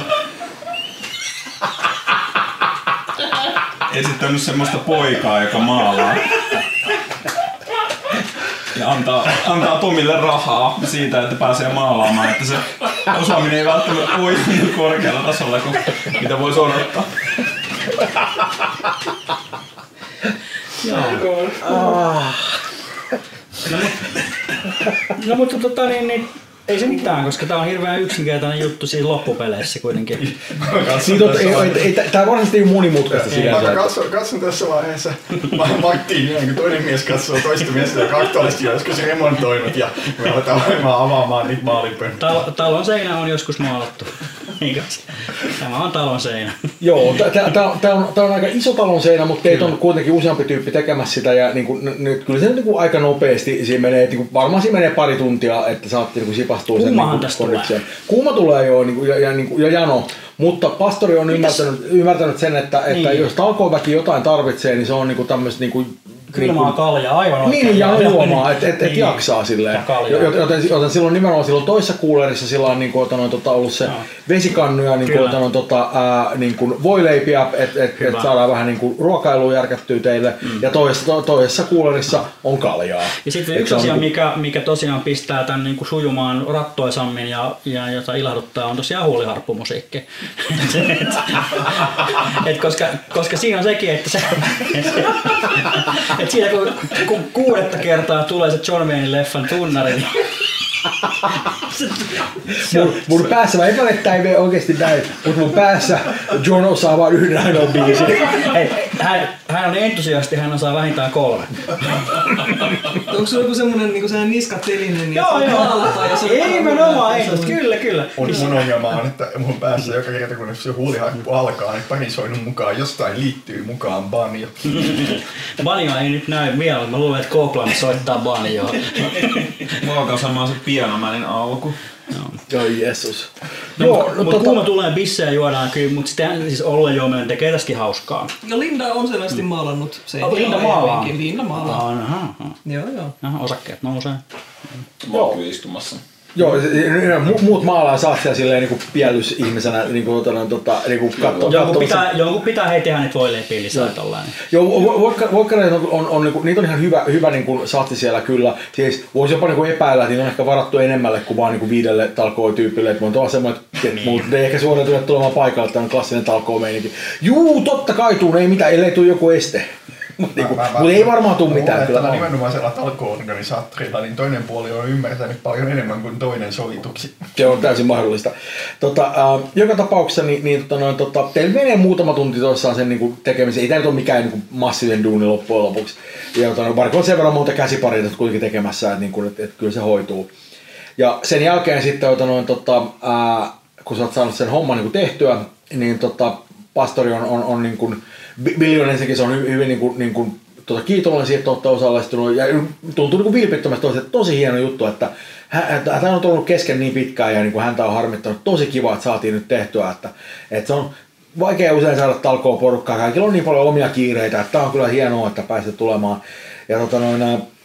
G: Esittänyt semmoista poikaa, joka maalaa. Ja antaa, antaa Tomille rahaa siitä, että pääsee maalaamaan, että se osaaminen ei välttämättä voi niin korkealla tasolla kuin mitä voisi odottaa.
E: Joo. Ah. No, no mutta tota niin, niin Ei se mitään, koska tää on hirveän yksinkertainen juttu siinä loppupeleissä kuitenkin.
B: Tää varsinaisesti ei ole monimutkaista sinänsä.
D: Katson, katson tässä vaiheessa Mattiin, niin kun toinen mies katsoo toista miestä, joka aktuaalisesti joskus remontoinut ja me aletaan olemaan avaamaan niitä maalinpönttöjä.
E: Tal- talon seinä on joskus maalattu. Tämä on talon seinä.
B: Joo, tää on, on aika iso talon seinä, mutta teitä on kuitenkin useampi tyyppi tekemässä sitä ja niin kuin, nyt kyllä se niin kuin aika nopeasti, siinä menee, niin kuin, varmaan siinä menee pari tuntia, että saatte niin sipastua sen
E: Kummahan
B: niin
E: tästä
B: kondikseen. Kuuma tulee joo niin kuin, ja, ja, niin kuin, ja jano, mutta pastori on ymmärtänyt, ymmärtänyt sen, että, että niin. Jos talkoväki jotain tarvitsee, niin se on niin kuin tämmöistä niin kuin
E: kylmää kaljaa, aivan oikein.
B: Niin, ja juomaa, että et, et niin. jaksaa silleen. Joten, joten silloin nimenomaan silloin toisessa kuulerissa sillä on niin kuin, otan, tota, ollut se no. vesikannu ja niin kuin, otan, tota, ää, niin kuin voileipiä, että et, et saadaan vähän niin kuin ruokailua järkättyä teille. Mm. Ja toisessa, to, toisessa kuulerissa on kaljaa.
E: Ja sitten yksi asia, niin kuin, mikä, mikä tosiaan pistää tämän niin kuin sujumaan rattoisammin ja, ja jota ilahduttaa, on tosiaan huuliharppumusiikki. et, et, koska, koska siinä on sekin, että se... Et siinä kun, kun kuudetta kertaa tulee se John Wayne leffan tunnari, niin
B: mun, mun päässä, mä epäilen, että ei mene oikeesti näin, mutta mun päässä John osaa vaan yhden ainoan biisin.
E: Hei, hän, hän on entusiasti, hän osaa vähintään kolme.
F: Onko se joku semmonen niinku sehän niskatelinen, niin
E: joo, joo.
F: maalataan ja se
E: ei menomaan, ei, kyllä, kyllä.
D: Mun, mun ongelma on, että mun päässä joka kerta kun se huuliharppu alkaa, niin pari soinut mukaan, jostain liittyy mukaan banjo.
E: Banjo ei nyt näy vielä, mä luulen, että Copeland soittaa banjoa.
G: Mulla on samaan se pianomäinen alku.
B: Joo, oh, Jeesus.
E: No, Joo, mutta tota... kuuma tulee bissejä juodaan kyllä, mutta sitten siis oluen juominen tekee tästäkin hauskaa.
F: No Linda on selvästi mm. maalannut se.
E: Oh, Linda maalaa.
F: Linda maalaa.
E: Aha, aha.
F: Joo, joo.
E: Aha, osakkeet nousee.
C: Mä oon kyllä istumassa.
B: Joo, muut maalaa saat siellä silleen niinku pielysihmisenä niinku tota niinku katsoa.
E: Jonkun pitää, jonkun pitää hei tehdä niitä voileipiä lisää tollainen.
B: Joo, voikkareita on, on, on niinku, niitä on ihan hyvä, hyvä niinku saatti siellä kyllä. Siis voisi jopa niinku epäillä, että niitä on ehkä varattu enemmälle kuin vaan niinku viidelle talkoo-tyypille. Että on semmoinen, että niin. ei ehkä suoraan tule tulemaan paikalle, että on klassinen talkoo-meininki. Juu, totta kai tuun, ei mitään, ellei tule joku este. Mutta niinku, mut ei varmaan tule mitään.
D: Kyllä nimenomaan siellä talko-organisaattorilla, niin toinen puoli on ymmärtänyt paljon enemmän kuin toinen sovituksi.
B: Se on täysin mahdollista. Tota, äh, joka tapauksessa niin, niin, tota, noin, tota, teillä menee muutama tunti tuossaan sen niin kuin, tekemiseen. Ei tämä nyt ole mikään niin kuin, massiivinen duuni loppujen lopuksi. Ja tota, varmaan on sen verran monta käsiparia tässä kuitenkin tekemässä, että, niin kuin, että, että kyllä se hoituu. Ja sen jälkeen sitten, tota, noin, tota, äh, kun sä oot saanut sen homman niin kuin tehtyä, niin tota, pastori on, on, on niin kuin, Billy on ensinnäkin, se on hyvin, hyvin niin kuin, niin kuin, tuota, kiitollinen siitä, että olette osallistunut ja tuntuu niin vilpittömästi, että tosi hieno juttu, että hän on ollut kesken niin pitkään ja niin kuin häntä on harmittanut. Tosi kiva, että saatiin nyt tehtyä, että, että se on vaikea usein saada talkoon porukkaa, kaikilla on niin paljon omia kiireitä, että tämä on kyllä hienoa, että pääsette tulemaan. Ja, tota, noin,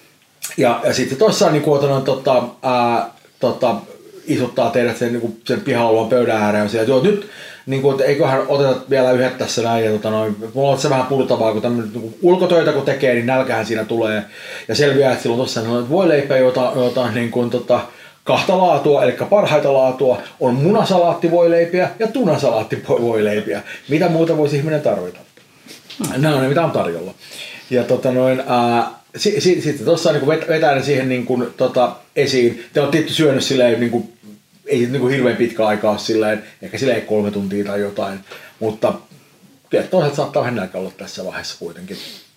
B: ja, ja sitten tuossa niin kuin, noin, tota, ää, tota, isuttaa teidät sen, niin kuin, sen piha-alueen pöydän ääreen ja sieltä, joo, nyt niin kuin, että eiköhän oteta vielä yhdet tässä näin, ja tota noin, mulla on se vähän purtavaa, kun tämmöinen niin ulkotöitä kun tekee, niin nälkähän siinä tulee, ja selviää, että silloin tuossa että voi leipeä jota, jota niin kuin, tota, kahta laatua, eli parhaita laatua, on munasalaattivoileipiä ja tunasalaattivoileipiä. Mitä muuta voisi ihminen tarvita? Nämä on ne, mitä on tarjolla. Ja tota noin, ää, si, si, sitten tuossa niin vetää ne siihen niin kuin, tota, esiin. Te olette tietty syönyt silleen, niin kuin, ei sitten niin hirveän pitkä aikaa silleen, ehkä silleen kolme tuntia tai jotain, mutta toisaalta saattaa vähän nälkä olla tässä vaiheessa kuitenkin.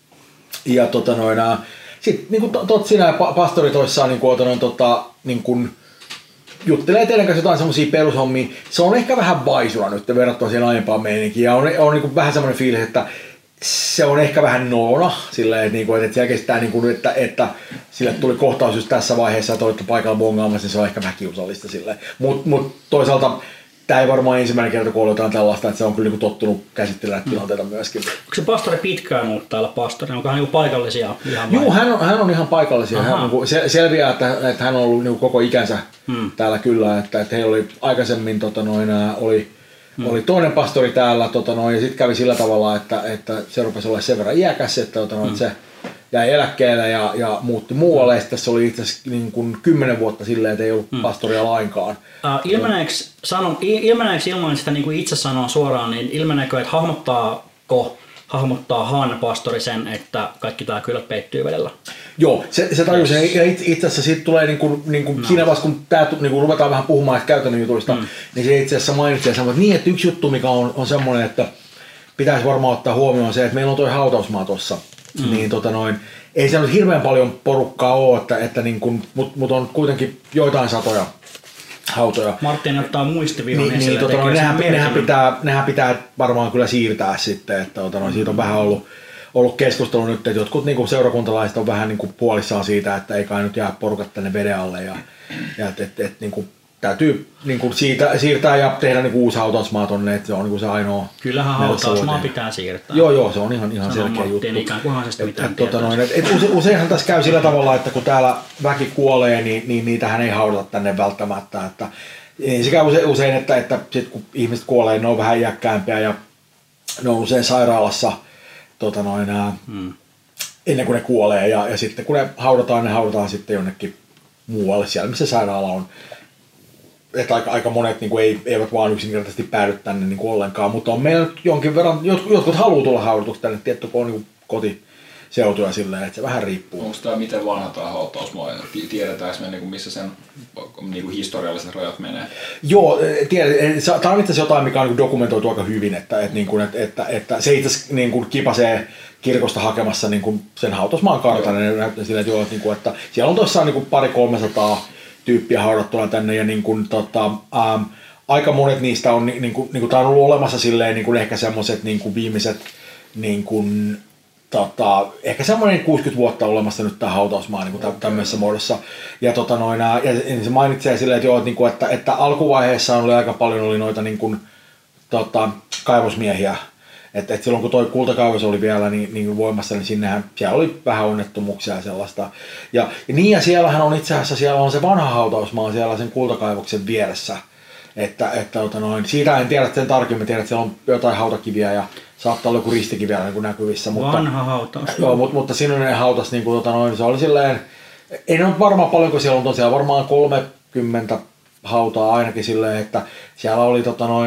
B: Ja tota noin, sitten niin kuin tot sinä ja pastori toissaan niin kuin, noin, tota, niin kuin, juttelee teidän kanssa jotain semmosia perushommia. Se on ehkä vähän vaisua nyt verrattuna siihen aiempaan meininkiin. Ja on, on niin kuin vähän semmoinen fiilis, että se on ehkä vähän noona, silleen, että, niinku, että siellä kestää, niinku, että, että sille tuli kohtaus just tässä vaiheessa, että olitte paikalla bongaamassa, niin se on ehkä vähän kiusallista. Mutta mut toisaalta tämä ei varmaan ensimmäinen kerta, kun on jotain tällaista, että se on kyllä niinku tottunut käsittelemään tilanteita myöskin.
E: Onko se pastori pitkään ollut täällä pastori? Onko hän niinku paikallisia?
B: Joo, hän on, hän on ihan paikallisia. Hän niinku, se, selviää, että, että hän on ollut niinku koko ikänsä hmm. täällä kyllä, että, että heillä oli aikaisemmin tota, noin, oli Hmm. Oli toinen pastori täällä tota noin, ja sitten kävi sillä tavalla, että, että se rupesi olla sen verran iäkäs, että, tota noin, hmm. että se jäi eläkkeelle ja, ja muutti muualle. Hmm. Tässä oli itse asiassa niin kuin kymmenen vuotta silleen, että ei ollut hmm. pastoria lainkaan.
E: Uh, ilmeneekö, sanon, ilmeneekö ilman sitä niin kuin itse sanoo suoraan, niin ilmeneekö, että hahmottaako hahmottaa Han pastori sen, että kaikki tää kylät peittyy vedellä.
B: Joo, se, se tajus, yes. Ja itse asiassa siitä tulee niinku, niinku no. siinä vaiheessa, kun tää niinku ruvetaan vähän puhumaan käytännön jutuista, mm. niin se itse asiassa mainitsee että niin, että yksi juttu, mikä on, on semmoinen, että pitäisi varmaan ottaa huomioon se, että meillä on toi hautausmaa tuossa, mm. niin tota noin, ei siellä nyt hirveän paljon porukkaa ole, että, että niinku, mutta mut on kuitenkin joitain satoja hautoja.
E: Martin ottaa muistiviivan
B: niin, niin, tota noin, nehän, nehän, pitää, nehän pitää varmaan kyllä siirtää sitten, että tota noin, siitä on vähän ollut ollut keskustelu nyt, että jotkut niin kuin seurakuntalaiset on vähän niin kuin puolissaan siitä, että ei kai nyt jää porukat tänne veden alle ja, ja että et, et, niin kuin täytyy niin kuin siitä, siirtää ja tehdä niin kuin uusi hautausmaa tonne, että se on niin kuin se ainoa.
E: Kyllähän hautausmaa pitää siirtää.
B: Joo, joo, se on ihan, ihan selkeä
E: Martin,
B: juttu.
E: ikään kuin hän sitä mitään
B: et, tota noin, et, et use, useinhan tässä käy sillä tavalla, että kun täällä väki kuolee, niin, niin niitähän ei haudata tänne välttämättä. Että, niin se käy usein, usein että, että sit kun ihmiset kuolee, ne on vähän iäkkäämpiä ja ne on usein sairaalassa Tota noin, ää, hmm. ennen kuin ne kuolee ja, ja sitten kun ne haudataan, ne haudataan sitten jonnekin muualle siellä, missä sairaala on. Että aika, aika monet niin kuin ei, eivät vaan yksinkertaisesti päädy tänne niin kuin ollenkaan, mutta on meillä jonkin verran, jotkut, jotkut haluaa tulla haudatuksi tänne, tietty kun on niin kotiseutuja silleen, että se vähän riippuu.
C: Onko tämä miten vanha tämä hautausmaa? Tiedetäänkö me, niin missä sen niin kuin historialliset rajat menee?
B: Joo, tiedän. Tämä on itse asiassa jotain, mikä on niin dokumentoitu aika hyvin, että, että, että, että, että se itse asiassa niin kipasee kirkosta hakemassa niin kuin sen hautausmaan kartan, ja näyttää sille, että, joo, että, että siellä on tuossa niin pari kolmesataa tyyppiä haudattuna tänne, ja niin kuin, tota, ähm, aika monet niistä on, niin kuin, niin kuin, tämä on ollut olemassa silleen, niin kuin ehkä semmoiset niin kuin viimeiset, niin kuin, Tota, ehkä semmoinen kuusikymmentä vuotta olemassa nyt tämä hautausmaa niin okay. tämmöisessä muodossa. Ja, tota, noin, ja se mainitsee silleen, että, joo, että, niin että, että alkuvaiheessa oli aika paljon oli noita niin kuin, tota, kaivosmiehiä. Että, että silloin kun tuo kultakaivos oli vielä niin, niin voimassa, niin sinnehän siellä oli vähän onnettomuuksia ja sellaista. Ja, ja niin ja siellähän on itse asiassa siellä on se vanha hautausmaa siellä sen kultakaivoksen vieressä. Että, että, että noin, siitä en tiedä sen tarkemmin, tiedä, että siellä on jotain hautakiviä ja saattaa olla joku ristikin vielä niin näkyvissä.
E: Vanha mutta, hautaus.
B: Joo, mutta, mutta sinun hautas, niin kuin, tota noin, se oli silleen, ei ne ole varmaan paljon, kun siellä on tosiaan varmaan kolmekymmentä hautaa ainakin silleen, että siellä oli tota noin,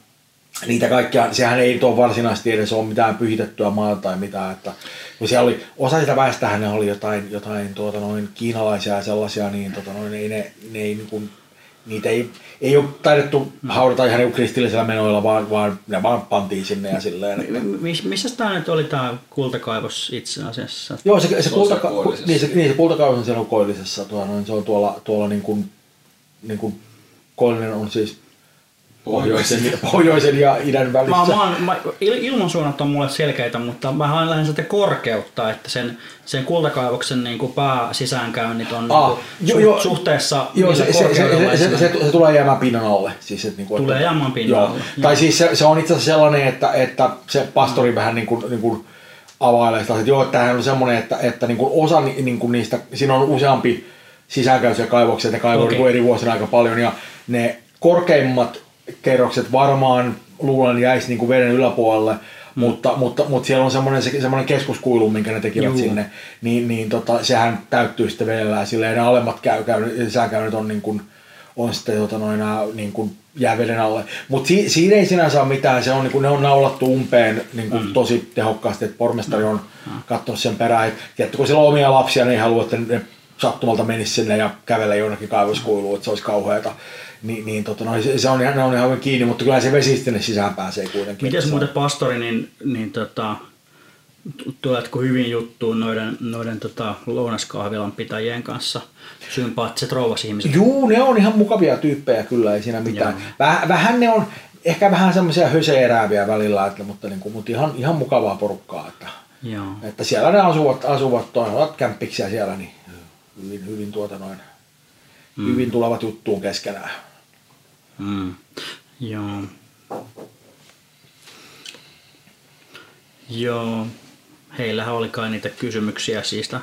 B: niitä kaikkia, sehän ei ole varsinaisesti edes ole mitään pyhitettyä maata tai mitään, että kun siellä oli, osa sitä väestähän ne oli jotain, jotain tuota noin, kiinalaisia ja sellaisia, niin tota noin, ei ne, ne ei niin kuin, niitä ei, ei ole taidettu haudata ihan niin kristillisellä menoilla, vaan, vaan ne vaan pantiin sinne ja silleen. Että...
E: Missä tämä nyt oli tämä kultakaivos itse asiassa?
B: Joo, se, se, kultaka- niin, se, niin, se kultakaivos on siellä Koillisessa. Tuolla, se on tuolla, tuolla niin kuin, niin kuin Koillinen on siis pohjoisen, pohjoisen ja idän välissä.
E: Mä, mä, mä, ilmansuunnat on mulle selkeitä, mutta mä haen lähinnä sitä korkeutta, että sen, sen kultakaivoksen niin kuin pääsisäänkäynnit on ah, niin kuin, jo, su, suhteessa
B: jo, se, se, se, se, se, se, se tulee jäämään pinnan alle. Siis, että, niin kuin,
E: tulee
B: että,
E: jäämään pinnan
B: joo.
E: alle.
B: Tai joo. Siis se, se on itse asiassa sellainen, että, että se pastori mm. vähän niin kuin, niin kuin availee sitä, että joo, että tämähän on semmoinen, että, että niin kuin osa niin kuin niistä, siinä on useampi sisäänkäytöisiä kaivoksia, että kaivoi okay. eri vuosina aika paljon, ja ne korkeimmat kerrokset varmaan luulen jäisi niin kuin veden yläpuolelle, mm. mutta, mutta, mutta siellä on semmoinen, semmoinen keskuskuilu, minkä ne tekivät Juu. sinne, niin, niin tota, sehän täyttyy sitten vedellä ja silleen, ne alemmat käy, käy, sisäänkäynnit on, niin kuin, on sitten tota, noin, niin kuin jää veden alle. Mutta si, siinä ei sinänsä ole mitään, se on, niin kuin, ne on naulattu umpeen niin kuin mm. tosi tehokkaasti, että pormestari on mm. katsonut sen perään. Tietty, kun siellä on omia lapsia, niin ei halua, että ne sattumalta menisi sinne ja kävelee jonnekin kaivoskuiluun, että se olisi kauheata. Niin, niin tota, no, se, se on, ne on ihan kiinni, mutta kyllä se vesi sitten sisään pääsee kuitenkin.
E: Miten muuten pastori, niin, niin tota, tuletko hyvin juttuun noiden, noiden tota, lounaskahvilan pitäjien kanssa? Sympaattiset rouvas-ihmiset?
B: Juu, ne on ihan mukavia tyyppejä kyllä, ei siinä mitään. Väh, vähän ne on, ehkä vähän semmoisia höseerääviä välillä, että, mutta, niin kuin, mutta ihan, ihan mukavaa porukkaa. Että,
E: Joo.
B: että siellä ne asuvat, asuvat ovat kämppiksiä siellä, niin hyvin, hyvin, tuota noin, mm. hyvin tulevat juttuun keskenään.
E: Mm. Joo. Joo. Heillähän oli kai niitä kysymyksiä siitä,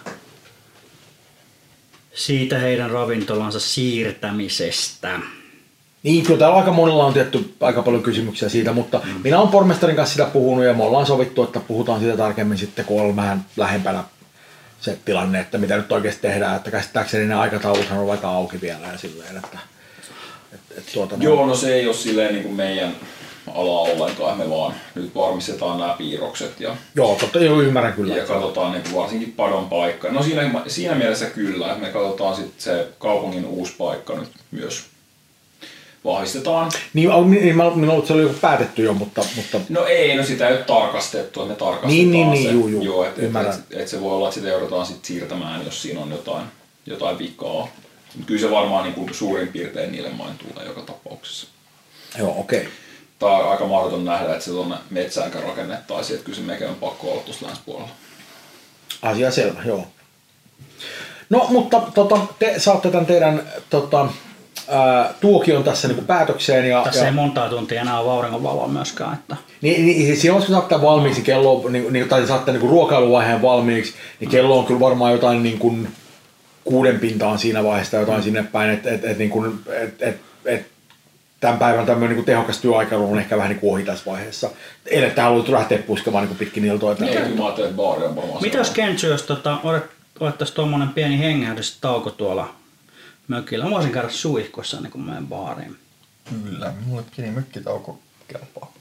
E: siitä heidän ravintolansa siirtämisestä.
B: Niin, kyllä täällä aika monella on tietty aika paljon kysymyksiä siitä, mutta mm. minä olen pormestarin kanssa sitä puhunut ja me ollaan sovittu, että puhutaan siitä tarkemmin sitten, kun on vähän lähempänä se tilanne, että mitä nyt oikeasti tehdään, että käsittääkseni ne aikatauluthan on vaikka auki vielä ja silleen, että et, et, tuota,
C: joo, no se ei ole silleen niin kuin meidän, alaa ollenkaan. Me vaan nyt varmistetaan nämä piirrokset ja,
B: Joo, totta, joo, ymmärrän kyllä.
C: ja katsotaan niin kuin varsinkin padon paikka. No siinä, siinä mielessä kyllä, että me katsotaan sitten se kaupungin uusi paikka nyt myös vahvistetaan.
B: Niin, niin mä luulen, että se oli joku päätetty jo, mutta... mutta...
C: No ei, no sitä ei ole tarkastettu, että me tarkastetaan
B: niin, niin, niin,
C: se.
B: Juu, juu,
C: joo, että et,
B: et,
C: et, et se voi olla, että sitä joudutaan sit siirtämään, jos siinä on jotain, jotain vikaa. Mutta kyllä se varmaan niin kuin suurin piirtein niille main tulee joka tapauksessa.
B: Joo, okei. Okay.
C: Tämä on aika mahdoton nähdä, että se tuonne metsäänkään rakennettaisiin, että kyllä se melkein on pakko olla tuossa länspuolella.
B: Asia selvä, joo. No, mutta tota, te saatte tämän teidän tota, ää, tuokion tässä niinku päätökseen. Ja,
E: tässä
B: ja...
E: ei montaa tuntia enää ole auringonvaloa myöskään. Että...
B: Niin, niin siinä kun saatte valmiiksi kello, niin, tai saatte niinku ruokailuvaiheen valmiiksi, niin kello on kyllä varmaan jotain niin kuin kuuden pintaan siinä vaiheessa jotain mm. sinne päin, että et, et, niin kuin, et, et, et, tämän päivän tämmöinen niin tehokas työaikailu on ehkä vähän niin kuin ohi tässä vaiheessa. Eli että haluat lähteä puskemaan niin pitkin iltoja.
C: Ei, kyllä mä ajattelin, että baari on varmaan.
E: Mitä jos Kentsy, jos tota, otettaisiin tuommoinen pieni hengähdystauko tuolla mökillä? Mä voisin käydä suihkussa niin kuin meidän baariin.
D: Kyllä, mulle pieni mökkitauko kelpaa.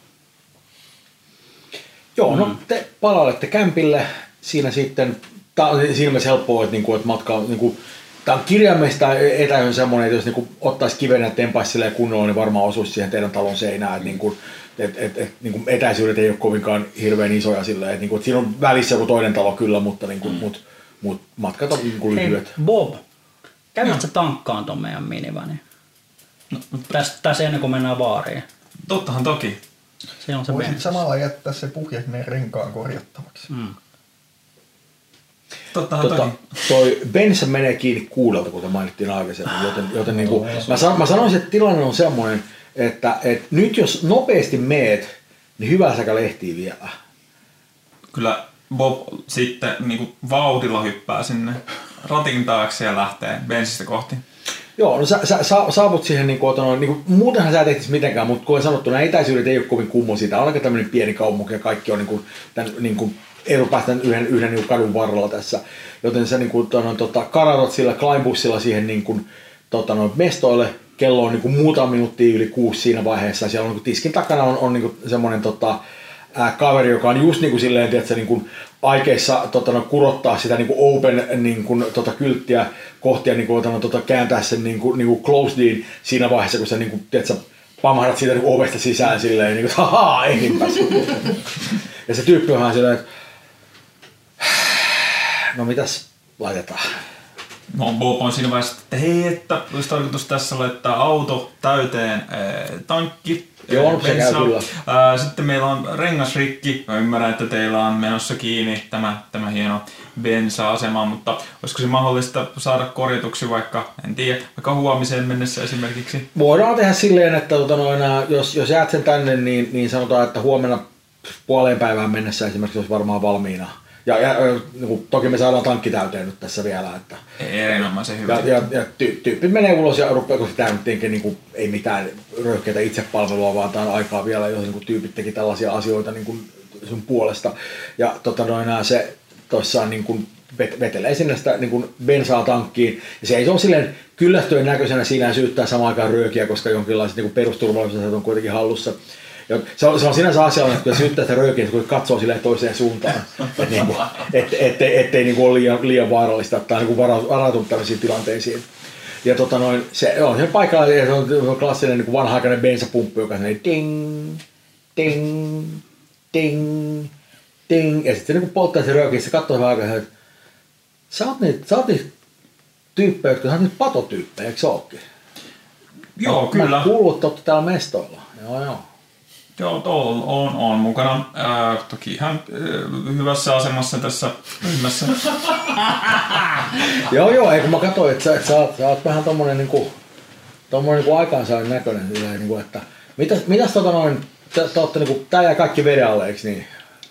B: Joo, no te palailette kämpille. Siinä sitten, tää on siinä mielessä helppoa, että, niinku, että matka on, niinku, tää on kirjaimesta etäisyyden semmoinen, että jos niinku, ottaisi kiven ja tempaisi silleen kunnolla, niin varmaan osuisi siihen teidän talon seinään. Että niinku, et, et, et, niinku, etäisyydet ei ole kovinkaan hirveän isoja silleen. Että, niinku, että siinä on välissä joku toinen talo kyllä, mutta niinku, mm. mut, mut matkat on niinku, lyhyet.
E: Hei Bob, kävitkö no. tankkaan ton meidän minivanin? No, tässä, tässä ennen kuin mennään baariin.
G: Tottahan toki.
E: Se on se
D: voisit
E: bensa.
D: samalla jättää se puhjet meidän renkaan korjattavaksi.
E: Mm.
G: Tottahan
B: Tota,
G: toki.
B: toi bensa menee kiinni kuudelta, kuten mainittiin aikaisemmin, joten, joten niin kuin, mä, san, mä sanoisin, että tilanne on semmoinen, että, että nyt jos nopeasti meet, niin hyvä säkä lehtii vielä.
G: Kyllä Bob sitten niin vauhdilla hyppää sinne ratin taakse ja lähtee bensistä kohti.
B: Joo, no sä, sä, sä saavut siihen, niin kuin, no, niin kuin, muutenhan sä et ehtisi mitenkään, mutta kuten sanottu, nämä etäisyydet ei ole kovin kummoisia. Tämä on aika tämmöinen pieni kaupunki ja kaikki on niin kuin, tämän, niin kuin, ei päästä yhden, yhden niin kadun varrella tässä. Joten sä niin kuin, no, tota, karatot sillä Kleinbussilla siihen niin kuin, tota, no, mestoille. Kello on niin kuin, muutama minuuttia yli kuusi siinä vaiheessa. Siellä on niin kuin, tiskin takana on, on niin kuin, semmoinen tota, ää, kaveri, joka on just niin kuin, silleen, tiedätkö, niin kuin, aikeissa tota, no, kurottaa sitä niin kuin open niin kuin, tota, kylttiä kohti ja niin kuin, tota, kääntää sen niin kuin, niin kuin closedin siinä vaiheessa, kun sä niin kuin, tiedätkö, pamahdat siitä niin kuin, ovesta sisään silleen, niin kuin, haha, ehdinpäs. Ja se tyyppi onhan silleen, että no mitäs laitetaan? No
G: Bob on siinä vaiheessa, että hei, että olisi tarkoitus tässä laittaa auto täyteen ee, tankki.
B: Joo, se käy kyllä.
G: Ää, sitten meillä on rengas rikki. Mä ymmärrän, että teillä on menossa kiinni tämä, tämä hieno bensa-asema, mutta olisiko se mahdollista saada korjatuksi vaikka, en tiedä, vaikka huomiseen mennessä esimerkiksi?
B: Voidaan tehdä silleen, että tota, noin, jos, jos jäät sen tänne, niin, niin sanotaan, että huomenna puoleen päivään mennessä esimerkiksi olisi varmaan valmiina. Ja, ja niin toki me saadaan tankki täyteen nyt tässä vielä. Että,
G: erinomaisen hyvä.
B: Ja, ja, ja ty, tyyppi menee ulos ja rupeaa, kun sitä nyt niin kuin, ei mitään röyhkeitä itsepalvelua, vaan tämä on aikaa vielä, jos niin kuin, tyypit teki tällaisia asioita niin kuin sun puolesta. Ja tota, noin, se tuossa niin kuin, vetelee sinne sitä niin kuin bensaa tankkiin. Ja se ei se ole silleen kyllästyneen näköisenä siinä ja syyttää samaan aikaan röökiä, koska jonkinlaiset niin kuin perusturvallisuudet on kuitenkin hallussa. Se on, se on sinänsä asiallinen, että kun syyttää sitä röökiä, kun katsoo silleen toiseen suuntaan, että niinku, et, ettei, ettei niinku ole liian, liian vaarallista, että on niinku varautunut tällaisiin tilanteisiin. Ja tota noin, se on siellä paikalla, ja se on, se on klassinen niinku vanha-aikainen bensapumppu, joka on ding, ding, ding, ding, ja sitten se niinku polttaa se röökiä, ja se katsoo vähän aikaa, että sä oot niitä, sä oot niitä tyyppejä, jotka sä oot niitä patotyyppejä, eikö se ookin?
G: Joo,
B: mä,
G: kyllä.
B: Mä kuullut, että ootte täällä mestoilla. Joo, joo.
G: Joo, on, on, on mukana. Ää, toki ihan ää, hyvässä asemassa tässä ryhmässä.
B: joo, joo, ei kun mä katsoin, että sä, että sä, oot, sä oot vähän tommonen niinku, tommonen niinku aikaansain näköinen. Silleen, niinku, että, mitäs, mitäs tota noin, te, te ootte niinku, tää jää kaikki veden alle, eiks niin?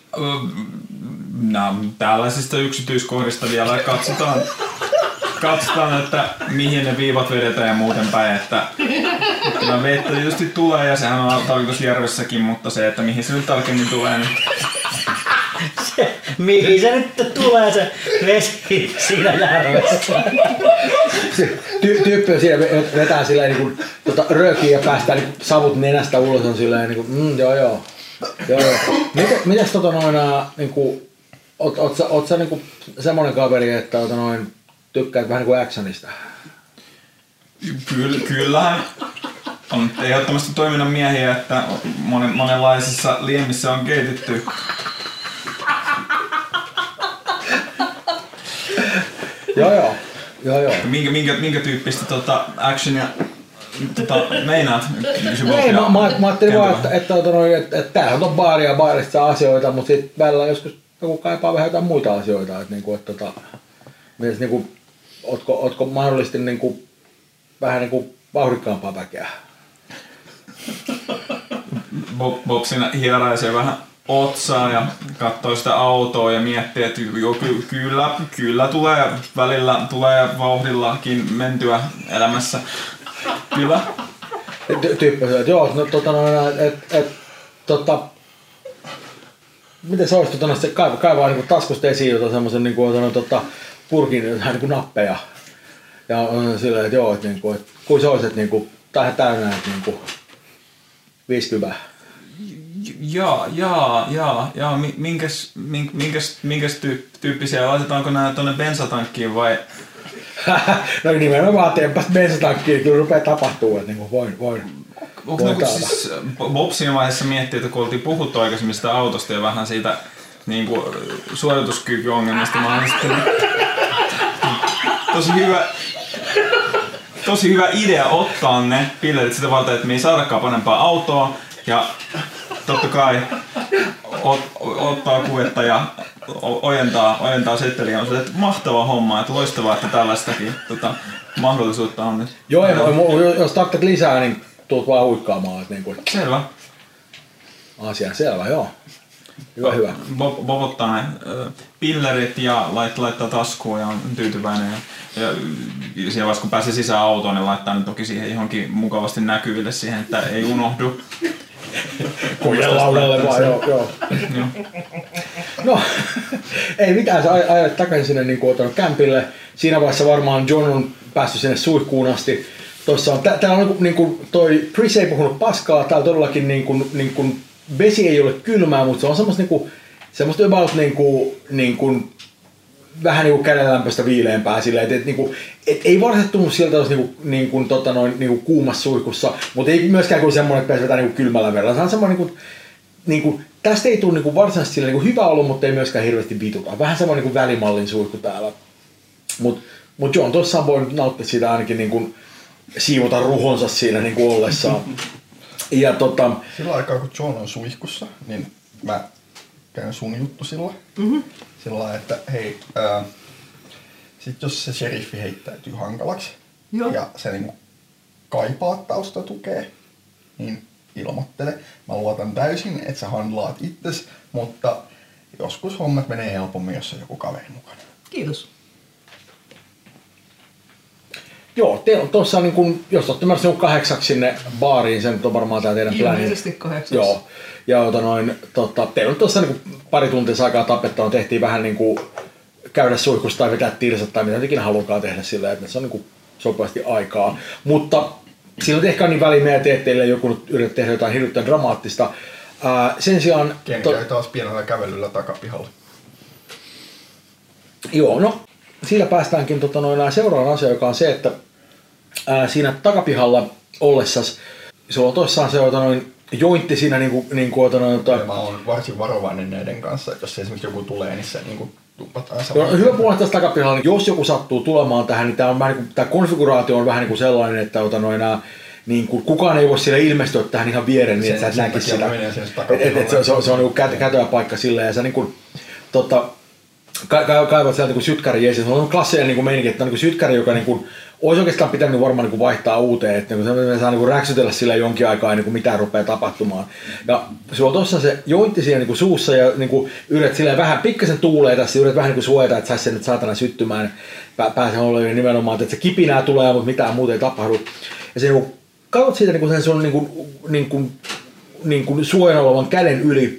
G: No, tällaisista yksityiskohdista vielä katsotaan. Katsotaan, että mihin ne viivat vedetään ja muuten päin, että kyllä vettä tietysti tulee ja sehän on tarkoitus järvessäkin, mutta se, että mihin se nyt tarkemmin tulee, niin...
E: Mihin se nyt tulee se vesi siinä järvessä?
B: Ty- tyyppi on siinä vetää silleen niin kuin, tota, röökiä ja päästää niin savut nenästä ulos on silleen niin kuin, mm, joo joo. joo, joo. Miten, mites tota noin, niin kuin, oot, oot, oot, oot sä niin kuin semmonen kaveri, että tota noin, tykkäät vähän niin kuin actionista?
G: Kyllä, kyllähän on ehdottomasti toiminnan miehiä, että monen, monenlaisissa liemissä on keitetty.
B: Joo joo. Joo, joo.
G: Minkä, minkä, minkä tyyppistä tota, actionia tota, meinaat?
B: Ei, mä, mä, mä ajattelin vaan, että, että, että, että, että täällä on baaria ja baarista asioita, mutta sitten välillä joskus joku kaipaa vähän jotain muita asioita. Että, että, että, että, mielestäni, niin kuin, ootko, ootko mahdollisesti niin kuin, vähän niin kuin vauhdikkaampaa väkeä?
G: Bob, Bob siinä hieraisee vähän otsaa ja katsoo sitä autoa ja miettii, että jo, ky, kyllä, kyllä tulee välillä tulee vauhdillakin mentyä elämässä. Kyllä.
B: Ty- tyyppi sanoo, että joo, no tota no, että et, tota, miten se olisi, tota, se kaivaa, kaivaa niin taskusta esiin jotain semmoisen niin kuin, tota, purkin vähän niin kuin nappeja. Ja on silleen, että joo, että, niin kuin, että kuin se olisi, että niin kuin, tähän täynnä, että niin kuin, viisikymmentä.
G: Jaa, jaa, jaa, jaa. Minkäs, minkäs, minkäs tyyppisiä, laitetaanko nämä tuonne bensatankkiin vai?
B: No nimenomaan teepäs bensatankkiin, kyllä rupeaa tapahtuu, että niin voin, voin.
G: Onko ne, siis Bob siinä vaiheessa miettii, että kun oltiin puhuttu aikaisemmin sitä autosta ja vähän siitä niin kuin, suorituskykyongelmista mahdollisesti. Tosi hyvä, tosi hyvä idea ottaa ne pillerit sitä varten, että me ei saadakaan parempaa autoa ja totta kai ot, ottaa kuvetta ja ojentaa, ojentaa setteliä. On se mahtava homma, että loistavaa, että tällaistakin tota, mahdollisuutta on nyt.
B: Joo, ja jos tarvitset lisää, niin tulet vaan huikkaamaan. Että niin kuin...
G: Selvä.
B: Asia selvä, joo. Hyvä, Bob, hyvä.
G: Bob, Bob ottaa ne pillerit ja laittaa, laittaa taskuun ja on tyytyväinen. Ja, ja siellä vaiheessa kun pääsee sisään autoon, niin laittaa ne toki siihen johonkin mukavasti näkyville siihen, että ei unohdu.
B: Kujen laudalle vaan, joo. joo. No, ei mitään, sä ajat takaisin sinne niin kuin kämpille. Siinä vaiheessa varmaan John on päässyt sinne suihkuun asti. Tossa on, täällä on niin kuin, toi Chris ei puhunut paskaa, täällä todellakin niin kuin, niin kuin, vesi ei ole kylmää, mutta se on semmoista, niin kuin, semmoista about niin kuin, niin kuin, vähän niin kuin kädenlämpöistä viileämpää silleen, että et, niin et, ei varsinaisesti tunnu sieltä olisi niin kuin, niin kuin, tota noin, niin kuin kuumassa suihkussa, mutta ei myöskään kuin semmoinen, että pääsi vetää niin kuin kylmällä verran. Se on semmoinen, niin kuin, niin kuin, tästä ei tule niin kuin varsinaisesti silleen, niin kuin hyvä olo, mutta ei myöskään hirveästi vituta. Vähän semmoinen niin kuin välimallin suihku täällä. Mutta mut John tuossa voi nauttia siitä ainakin niin kuin, siivota ruhonsa siinä niin kuin ollessaan. Ja, tota...
D: Sillä aikaa kun John on suihkussa, niin mä käyn sun juttu sillä. Mm-hmm. Sillä että hei, ää, sit jos se sheriffi heittäytyy hankalaksi Joo. ja se niinku kaipaa taustatukea, niin ilmoittele. Mä luotan täysin, että sä handlaat itses, mutta joskus hommat menee helpommin, jos on joku kaveri mukana.
F: Kiitos.
B: Joo, teillä on tuossa, niin kun, jos olette menossa kahdeksaksi sinne baariin, se nyt on varmaan tämä teidän plani.
F: Ilmeisesti kahdeksaksi.
B: Joo, ja ota noin, tota, teillä on tuossa niin pari tuntia aikaa tapettaa, tehtiin vähän niin kuin käydä suihkussa tai vetää tirsat tai mitä ikinä halukaan tehdä sillä, että se on niin kuin sopivasti aikaa. Mutta siinä on ehkä niin väliä, että teille joku nyt yrittää tehdä jotain hirveän dramaattista. Ää, sen sijaan...
D: Ken to... käy taas pienellä kävelyllä takapihalla.
B: Joo, no sillä päästäänkin tota, noin, seuraavaan asiaan, joka on se, että ää, siinä takapihalla ollessas, sulla on toissaan se tota, noin, jointti siinä niinku... niinku tota, noin, tota...
D: Mä oon varsin varovainen näiden kanssa, että jos esimerkiksi joku tulee, niin se niinku tuppataan
B: samalla. No, hyvä puhua tästä takapihalla, niin jos joku sattuu tulemaan tähän, niin tämä niin konfiguraatio on vähän niin kuin sellainen, että tota, noin, niin kuin, kukaan ei voi siellä ilmestyä tähän ihan viereen, niin että sä et näkisi sitä. Et, et, et, se, se, se on niin kä- kätöä paikka silleen, ja sä niin kuin, tota, ka- ka- kaivat sieltä niin sytkäri esiin. Se on klassinen niin meininki, että on niin sytkäri, joka niin kuin, olisi oikeastaan pitänyt varmaan niin kuin vaihtaa uuteen, että niin kuin, se saa niin kuin räksytellä sillä jonkin aikaa ennen kuin mitään rupeaa tapahtumaan. Ja sulla on tuossa se jointti siinä niin kuin suussa ja niin kuin yrität silleen vähän pikkasen tuulee tässä, yrität vähän niin kuin suojata, että saisi sen nyt saatana syttymään. Pääsen olemaan nimenomaan, että se kipinää tulee, mutta mitään muuta ei tapahdu. Ja se niin kuin, katsot siitä niin kuin sen sun niin kuin, niin kuin, niin kuin suojana olevan käden yli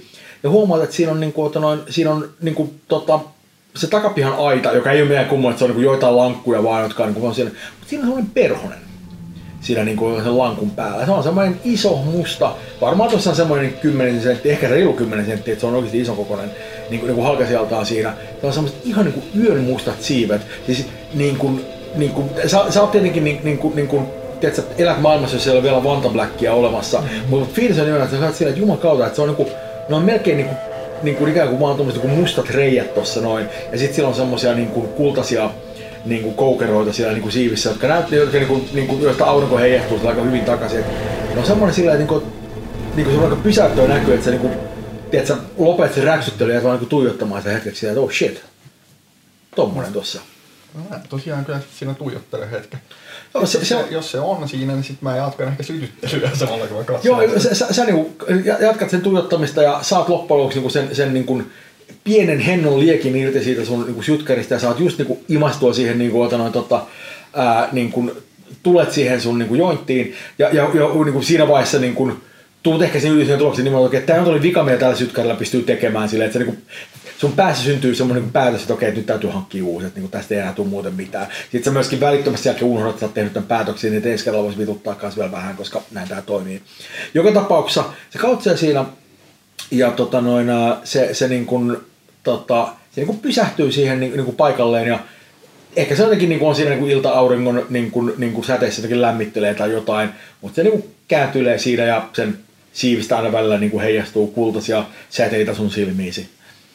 B: ja huomaat, että siinä on, niin kuin, noin, siinä on niin kuin, tota, se takapihan aita, joka ei ole meidän kummoinen, että se on niin kuin joitain lankkuja vaan, jotka on, niin kuin, on siinä, mutta siinä on sellainen perhonen siinä niin kuin sen lankun päällä. Se on semmoinen iso musta, varmaan tuossa on semmoinen kymmenen senttiä, ehkä reilu kymmenen senttiä, että se on oikeasti iso kokoinen niin kuin, niin kuin halkasijaltaan siinä. Se on semmoiset ihan niin kuin yön mustat siivet. Siis niin kuin, niin kuin, sä, sä oot tietenkin niin, niin kuin, niin kuin, tiedätkö, elät maailmassa, jos ei ole vielä Vantablackia olemassa, mm. mutta fiilis on niin, että sä saat siinä, että jumakauta, että se on niin kuin, ne on melkein niin kuin, niin kuin ikään kuin vaan tuommoiset niin mustat reijät tossa noin, ja sit siellä on semmosia niin kuin kultaisia niin kuin koukeroita siellä niin kuin siivissä, jotka näyttää, jotka niin kuin, niin kuin, joista aurinko heijastuu aika hyvin takaisin. Ne on semmoinen sillä, että niin kuin, niin kuin se on aika pysäyttävä näkyy, että sä, niin kuin, tiedät, sä lopetat sen räksyttelyä ja vaan niin tuijottamaan sitä hetkeksi että oh shit, tommonen tossa.
D: No, tosiaan kyllä siinä tuijottelen hetken.
B: No,
D: se,
B: se,
D: se,
B: se,
D: jos se on siinä, niin sit mä jatkan ehkä sytyttelyä samalla kun mä katson.
B: Joo, sä, sä, sä niin kuin, jatkat sen tuijottamista ja saat loppujen lopuksi niin sen, sen niin kuin, pienen hennon liekin irti siitä sun niin kuin sytkäristä ja saat just niin kuin, imastua siihen, niin kuin, noin, tota, ää, niin kuin, tulet siihen sun niin kuin, jointtiin ja, ja, ja niin kuin, siinä vaiheessa niin kuin, tulet ehkä sen yhdistyneen tuloksen nimenomaan, että tämä oli vika, mitä tällä sytkärillä pystyy tekemään silleen, että se, niin kuin, sun päässä syntyy semmoinen niin päätös, että okei, että nyt täytyy hankkia uusi, että niin kuin, tästä ei enää tule muuten mitään. Sitten sä myöskin välittömästi jälkeen unohdat, että sä oot tehnyt tämän päätöksen, niin ensi kerralla voisi vituttaa myös vielä vähän, koska näin tämä toimii. Joka tapauksessa se kautsee siinä ja tota, noin, se, se, niin kuin, tota, se niin kuin pysähtyy siihen niin, niin kuin paikalleen ja ehkä se jotenkin niin kuin on siinä niin kuin ilta-auringon niin kuin, niin kuin säteessä jotenkin lämmittelee tai jotain, mutta se niin kuin kääntylee siinä ja sen siivistä aina välillä niin kuin heijastuu kultaisia säteitä sun silmiisi.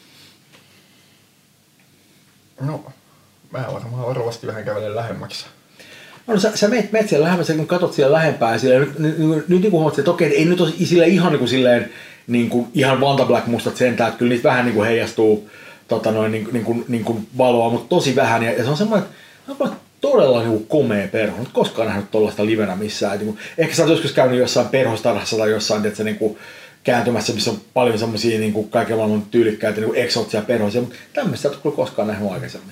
D: No, mä varmaan varovasti vähän kävelen lähemmäksi.
B: No sä, sä meet, meet siellä lähemmäksi, kun katsot siellä lähempää ja silleen, nyt, nyt, nyt, nyt niin kuin huomaat, että okei, ei nyt ole silleen ihan niin kuin silleen niin kuin ihan Vantablack mustat sentään, että kyllä niistä vähän niin kuin heijastuu tota noin, niin, niin, kuin, niin kuin valoa, mutta tosi vähän. Ja, ja se on semmoinen, että on todella niin kuin komea perho. Nyt koskaan nähnyt tollaista livenä missään. Niin kuin, ehkä sä oot joskus käynyt jossain perhostarhassa tai jossain tiedätkö, niin kuin kääntymässä, missä on paljon semmoisia niin kuin kaiken maailman tyylikkäitä niin kuin eksoottisia perhoisia, mutta tämmöistä sä oot kyllä koskaan nähnyt aikaisemmin.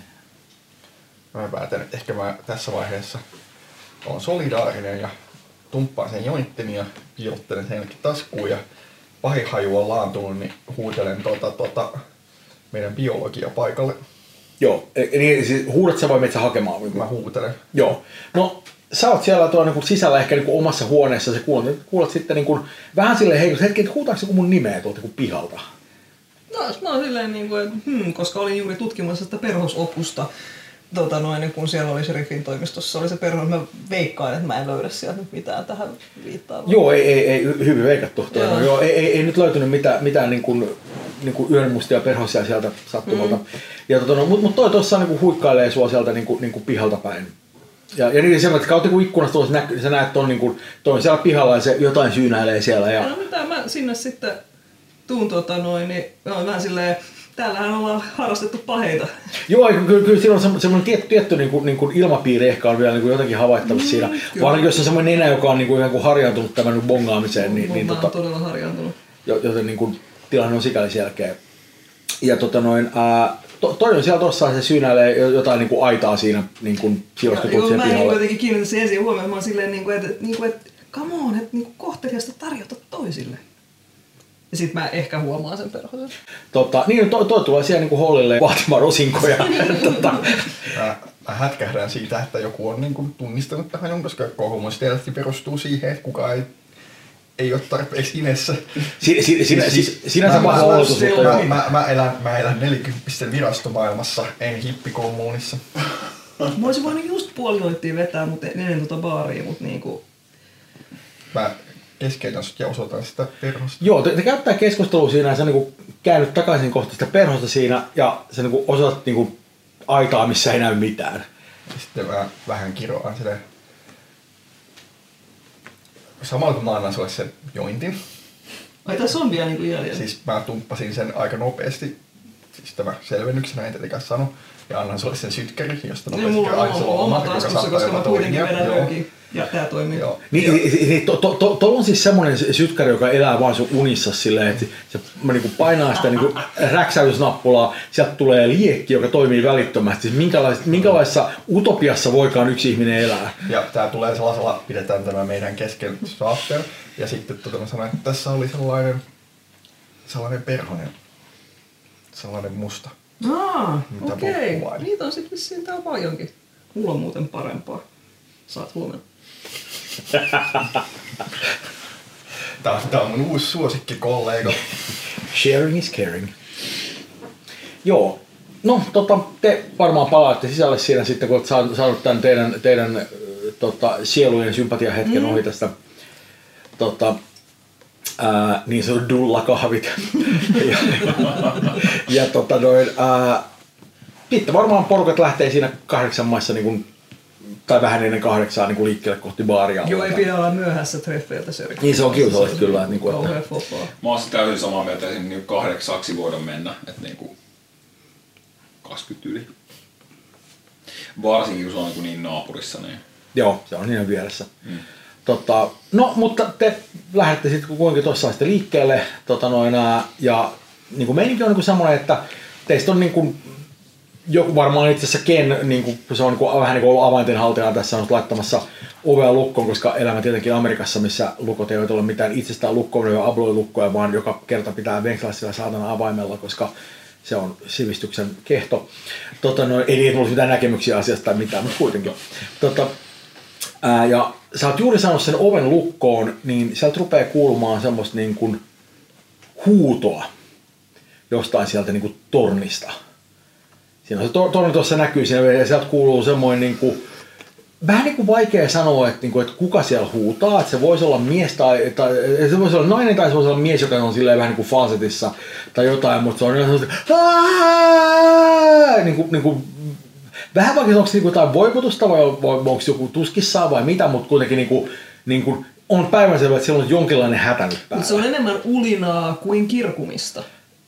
D: Mä päätän, että ehkä mä tässä vaiheessa olen solidaarinen ja tumppaan sen jointtini ja piilottelen sen jonnekin taskuun ja pahin haju on laantunut, niin huutelen tota, tota, meidän biologia paikalle.
B: Joo, niin siis huudat sä vai menet sä hakemaan?
D: Mä huutelen.
B: Joo. No sä oot siellä tuolla niin sisällä ehkä niin omassa huoneessa, sä kuulet, kuulet sitten niin kuin, vähän silleen heikosti, hetki, että huutaako se mun nimeä tuolta niin pihalta?
F: No mä oon silleen niin kuin, että hmm, koska olin juuri tutkimassa sitä perhosopusta, tota noin, kun siellä oli sheriffin toimistossa, oli se perhos, mä veikkaan, että mä en löydä sieltä nyt mitään tähän viittaavaa.
B: Joo, ei, ei, ei hyvin veikattu. Joo. Joo, ei, ei, ei nyt löytynyt mitään, mitään niin kuin, niin kuin yönmustia perhosia sieltä sattumalta. Mm. Tota, no, mutta mut toi tuossa niin huikkailee sua sieltä niin kuin, niin kuin pihalta päin. Ja, ja niin semmoinen, että kautta kun ikkunasta tuossa näkyy, sä näet ton, niin kuin, toi siellä pihalla ja se jotain syynäilee siellä. Ja...
F: No mitä, mä sinne sitten tuun tota noin, niin no, vähän silleen, täällähän ollaan harrastettu paheita.
B: Joo, kyllä, kyllä siinä on semmoinen tietty, tietty niin kuin, niin kuin ilmapiiri ehkä on vielä niin kuin jotenkin havaittavissa mm, siinä. Varsinkin jos on semmoinen nenä, joka on niin kuin, ihan kuin harjaantunut tämän bongaamiseen. Niin, niin, tota,
F: on todella harjaantunut.
B: Joten niin kuin, tilanne on sikäli selkeä. Ja tota noin, ää, to, toi on siellä tossa se syynäilee jotain niin kuin aitaa siinä niin kuin silloin, kun
F: mä niin jotenkin kiinnitin sen ensin huomioon, mä oon silleen, niin kuin, että, niin kuin, että come on, että niin kohteliasta tarjota toisille. Ja sit mä ehkä huomaan sen perhosen.
B: Tota, niin, toi, toi tulee siellä niinku hollille vaatimaan osinkoja. tota.
D: mä, mä hätkähdän siitä, että joku on niinku tunnistanut tähän, koska kohumus tietysti perustuu siihen, että kukaan ei, ei ole tarpeeksi inessä.
B: Si, si, sinä, siis, sinänsä mä, oletus,
D: mä, mä, mä, mä, elän, mä elän nelikymppisten virastomaailmassa, en hippikommuunissa.
F: Mä olisin voinut just puoli joittia vetää mut ennen tota baaria, mut niinku...
D: Mä keskeytän sut ja osoitan sitä perhosta.
B: Joo, te, te käyttää keskustelua siinä ja sä niinku käännyt takaisin kohti sitä perhosta siinä ja sä niinku osoitat niinku aitaa, missä ei näy mitään.
D: Ja sitten mä vähän kiroan silleen. Samalla kun mä annan sulle sen jointin.
F: Ai tässä on vielä niinku jäljellä.
D: Siis mä tumppasin sen aika nopeasti. Siis tämä selvennyksenä en tietenkään sano. Ja annan sulle sen sytkäri, josta nopeasti
F: mulla on oma, oma taskussa, koska mä kuitenkin vedän röökiin. Ja tää toimii.
D: Joo.
B: Niin, tuolla to, to, to on siis semmonen sytkäri, joka elää vaan sun unissa silleen, että se niinku painaa sitä niinku räksäytysnappulaa, sieltä tulee liekki, joka toimii välittömästi. Siis minkälais, minkälaisessa utopiassa voikaan yksi ihminen elää?
D: Ja tää tulee sellaisella, pidetään tämä meidän kesken software. Ja sitten tota mä sanoin, että tässä oli sellainen sellainen perhonen, sellainen musta.
F: Aa,
D: Mitä
F: okei.
D: Bob kuvaili.
F: Niitä on sit vissiin täällä paljonkin. Mulla on muuten parempaa. Saat huomenna.
D: Tää, tää on mun uusi suosikkikollega.
B: Sharing is caring. Joo. No, tota, te varmaan palaatte sisälle siinä sitten, kun olet saanut tämän teidän, teidän tota, sielujen sympatiahetken mm. ohi tästä tota, ää, niin sanotut dullakahvit. ja ja tota, noin, ää, sitten varmaan porukat lähtee siinä kahdeksan maissa niin kuin, tai vähän ennen kahdeksaa niin kuin liikkeelle kohti baaria.
F: Joo, ei pidä olla myöhässä treffeiltä Sergei.
B: Niin se on kiusallista kyllä. Niin kuin,
F: kauhean
B: että...
F: fopaa.
C: Mä oon täysin samaa mieltä, että niin kahdeksaksi voidaan mennä, että niinku kaksikymmentä yli. Varsinkin kun se on niin, niin naapurissa. Niin.
B: Joo, se on ihan vieressä. Mm. Tota, no, mutta te lähdette sitten kuinka tuossa sitten liikkeelle. Tota noin, ja niin kuin meininki on niin kuin semmoinen, että teistä on niin kuin, joku varmaan itse asiassa Ken, niin kuin, se on niin kuin, vähän niin kuin ollut avaintenhaltijana tässä on laittamassa ovea lukkoon, koska elämä tietenkin Amerikassa, missä lukot ei ole mitään itsestään lukkoa ja abloilukkoja, vaan joka kerta pitää venklaa sillä saatana avaimella, koska se on sivistyksen kehto. Tota, no, ei niin, olisi mitään näkemyksiä asiasta tai mitään, mutta kuitenkin. Tota, ää, ja sä oot juuri saanut sen oven lukkoon, niin sieltä rupeaa kuulumaan semmoista niin kuin huutoa jostain sieltä niin kuin tornista. Siinä on se tor- torni tuossa näkyy siinä ja sieltä kuuluu semmoinen niin kuin, vähän niin kuin vaikea sanoa, että, niin kuin, että kuka siellä huutaa, että se voisi olla mies tai, tai se voisi olla nainen tai se voisi olla mies, joka on silleen vähän niin kuin falsetissa tai jotain, mutta se on semmoista niin kuin, niin kuin, vähän vaikka onko se niin jotain voiputusta vai onko joku tuskissaan vai mitä, mutta kuitenkin niin kuin, niin kuin, on päivänselvä, että siellä on jonkinlainen hätä nyt päällä.
F: Mutta se on enemmän ulinaa kuin kirkumista.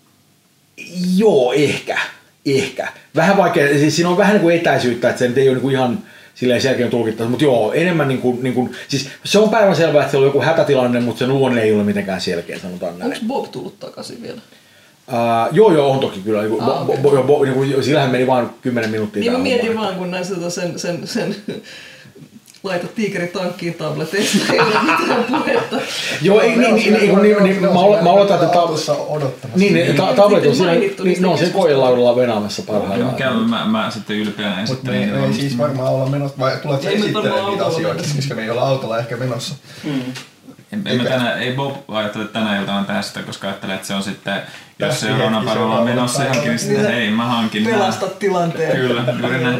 B: Joo, ehkä. Ehkä. Vähän vaikea, siis siinä on vähän niin kuin etäisyyttä, että se nyt ei ole niin kuin ihan silleen selkeä tulkittavaa, mutta joo, enemmän niin kuin, niin kuin, siis se on päivänselvää, että siellä on joku hätätilanne, mutta sen luonne ei ole mitenkään selkeä, sanotaan näin.
F: Onko Bob tullut takaisin vielä?
B: Uh, joo, joo, on toki kyllä. Niin
F: ah,
B: bo,
F: okay.
B: bo, bo, niin kuin, sillähän meni vain kymmenen minuuttia.
F: Niin mä mietin vaan, kun näin sen, sen, sen laita tiikeri tankkiin tableteista, ei ole mitään puhetta.
B: Joo, ei, niin, niin, niin, niin, niin mä oletan, että niin, tablet on siinä, niin, ne on sen koejelaudalla venaamassa parhaillaan.
G: Mä, mä sitten ylpeänä esittelen.
D: Mutta me ei siis varmaan olla menossa, vai tulet sä esittelemään niitä asioita, koska me ei olla autolla ehkä menossa.
G: Ei, tänään, ei Bob ajattele tänä iltana tehdä sitä, koska ajattelee, että se on sitten, jos seuraavana päivänä on menossa johonkin, niin sitten hei, mä hankin.
F: Pelasta tilanteen.
G: Kyllä, juuri näin.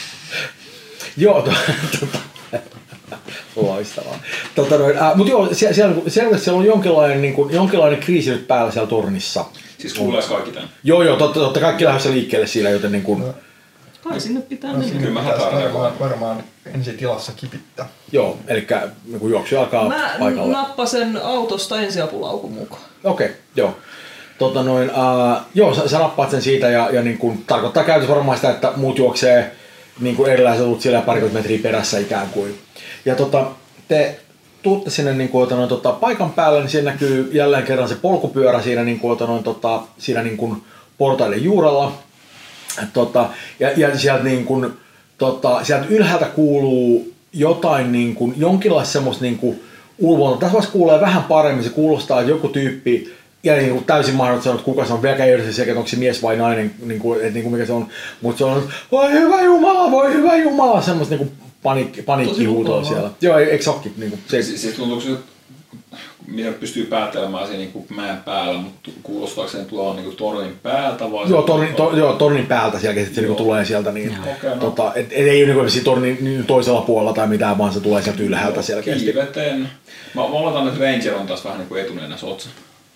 B: Joo, tuota, loistavaa. Tota, äh, mutta joo, siellä, siellä, siellä, siellä on jonkinlainen, niin kuin, jonkinlainen kriisi nyt päällä siellä tornissa.
C: Siis kuuleeko kaikki tämän?
B: Joo, joo, totta, totta kaikki lähdössä liikkeelle siellä, joten niin kuin...
F: No. Kai sinne pitää
D: no,
F: mennä.
D: Kyllä mä varmaan, varmaan ensi tilassa kipittää.
B: Joo, eli niin juoksu alkaa
F: mä
B: paikalla.
F: Mä nappasen autosta ensiapulaukun mukaan.
B: Okei, okay, joo. Tota noin, uh, joo, sä, sä nappaat sen siitä ja, ja niin kuin, tarkoittaa käytössä varmaan sitä, että muut juoksee niin kuin erilaiset ollut siellä parikymmentä metriä perässä ikään kuin. Ja tota, te tuutte sinne niin kuin, noin, tota, paikan päälle, niin siinä näkyy jälleen kerran se polkupyörä siinä, niin kuin, noin, tota, siinä niin kuin, portaiden juurella. Tota, ja, ja sieltä, niin kuin, tota, sieltä ylhäältä kuuluu jotain, niin kuin, jonkinlaista semmoista niin kuin, ulvonta. Tässä vaiheessa kuulee vähän paremmin, se kuulostaa, että joku tyyppi, ja niin kuin, täysin mahdollista sanoa, että kuka se on, vieläkään ei ole se, että onko se mies vai nainen, niin kuin, että niin kuin, mikä se on, mutta se on, voi hyvä Jumala, voi hyvä Jumala, semmoista niin kuin, paniikki, paniikkihuutoa siellä. Joo, eikö olekin? Niin kuin, se...
C: Siis, siis tuntuuko se, mitä pystyy päättelemään siinä niin mäen päällä, mutta kuulostaako se tulevan niin tornin päältä vai?
B: Joo, tornin, to, joo, tornin päältä sieltä, se niin tulee sieltä. Niin,
C: okay, no.
B: tota, et, et ei ole niin tornin niin toisella puolella tai mitään, vaan se tulee sieltä ylhäältä selkeästi.
C: Kiiveten. Mä, mä oletan, että Ranger on taas vähän niin kuin etunenässä otsa.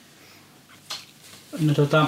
E: No tota...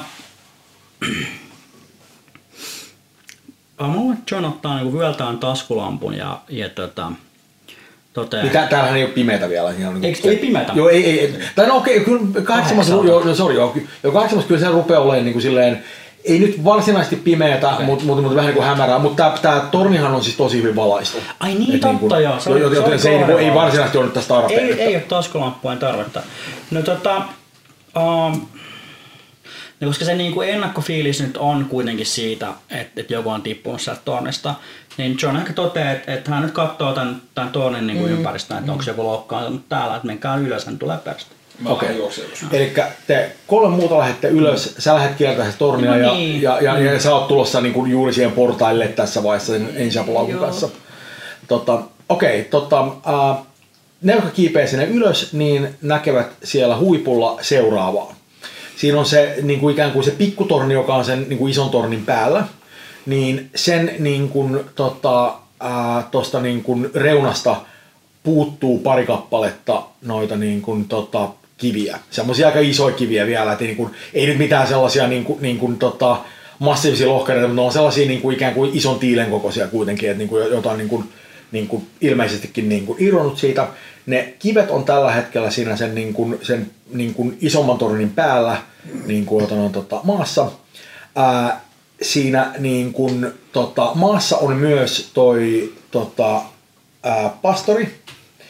E: Mä John ottaa niinku vyöltään taskulampun ja, ja tota... Toteaa.
B: Niin, täällähän ei ole pimeätä vielä. Ihan
E: Eikö ei pimeätä?
B: Joo, ei, ei. Tai no okei, okay, kyllä kahdeksamassa, joo, sorry, joo, jo kahdeksamassa kyllä se rupeaa olemaan niin kuin silleen, ei nyt varsinaisesti pimeätä, okay. mutta mut, mut vähän niin kuin hämärää, mutta tää, tää tornihan on siis tosi hyvin valaistu.
E: Ai niin,
B: et
E: totta
B: niin kuin,
E: joo. Se,
B: joten se, se, se ei, ei varsinaisesti ole tästä tarpeen.
E: Ei, ei ole taskulamppujen tarvetta. No tota... Um, no, koska se niin kuin ennakkofiilis nyt on kuitenkin siitä, että, että joku on tippunut sieltä tornista, niin John ehkä toteaa, että, että hän nyt katsoo tämän, tämän tornin niin kuin mm. ympäristään, että mm. onko joku loukkaantunut täällä, että menkää ylös, hän tulee perästä.
C: Mä
B: Okei.
C: lähden juoksemaan.
B: Elikkä te kolme muuta lähdette ylös, sä lähdet kiertämään tornia
E: No
B: ja,
E: niin.
B: ja, ja, ja, ja sä oot tulossa niin kuin juuri siihen portaille tässä vaiheessa sen Enchapolaukun
F: Joo.
B: kanssa. Tota, Okei, tota, äh, ne jotka kiipee sinne ylös, niin näkevät siellä huipulla seuraavaa. Siinä on se niin kuin ikään kuin se pikkutorni, joka on sen niin kuin ison tornin päällä, niin sen niin kuin, tota, äh, tosta niin kuin reunasta puuttuu pari kappaletta noita niin kuin, tota, kiviä. Semmoisia aika isoja kiviä vielä, että niin kuin, ei nyt mitään sellaisia niin kuin, niin kuin, tota, massiivisia lohkareita, mutta ne on sellaisia niin kuin, ikään kuin ison tiilen kokoisia kuitenkin, että niin kuin, jotain niin kuin, niin kuin, ilmeisestikin niin kuin, irronnut siitä. Ne kivet on tällä hetkellä siinä sen, niin kuin, sen niin kuin, isomman tornin päällä niin kuin, jota on, tota, maassa. Ää, siinä niin kuin, tota, maassa on myös toi tota, ää, pastori.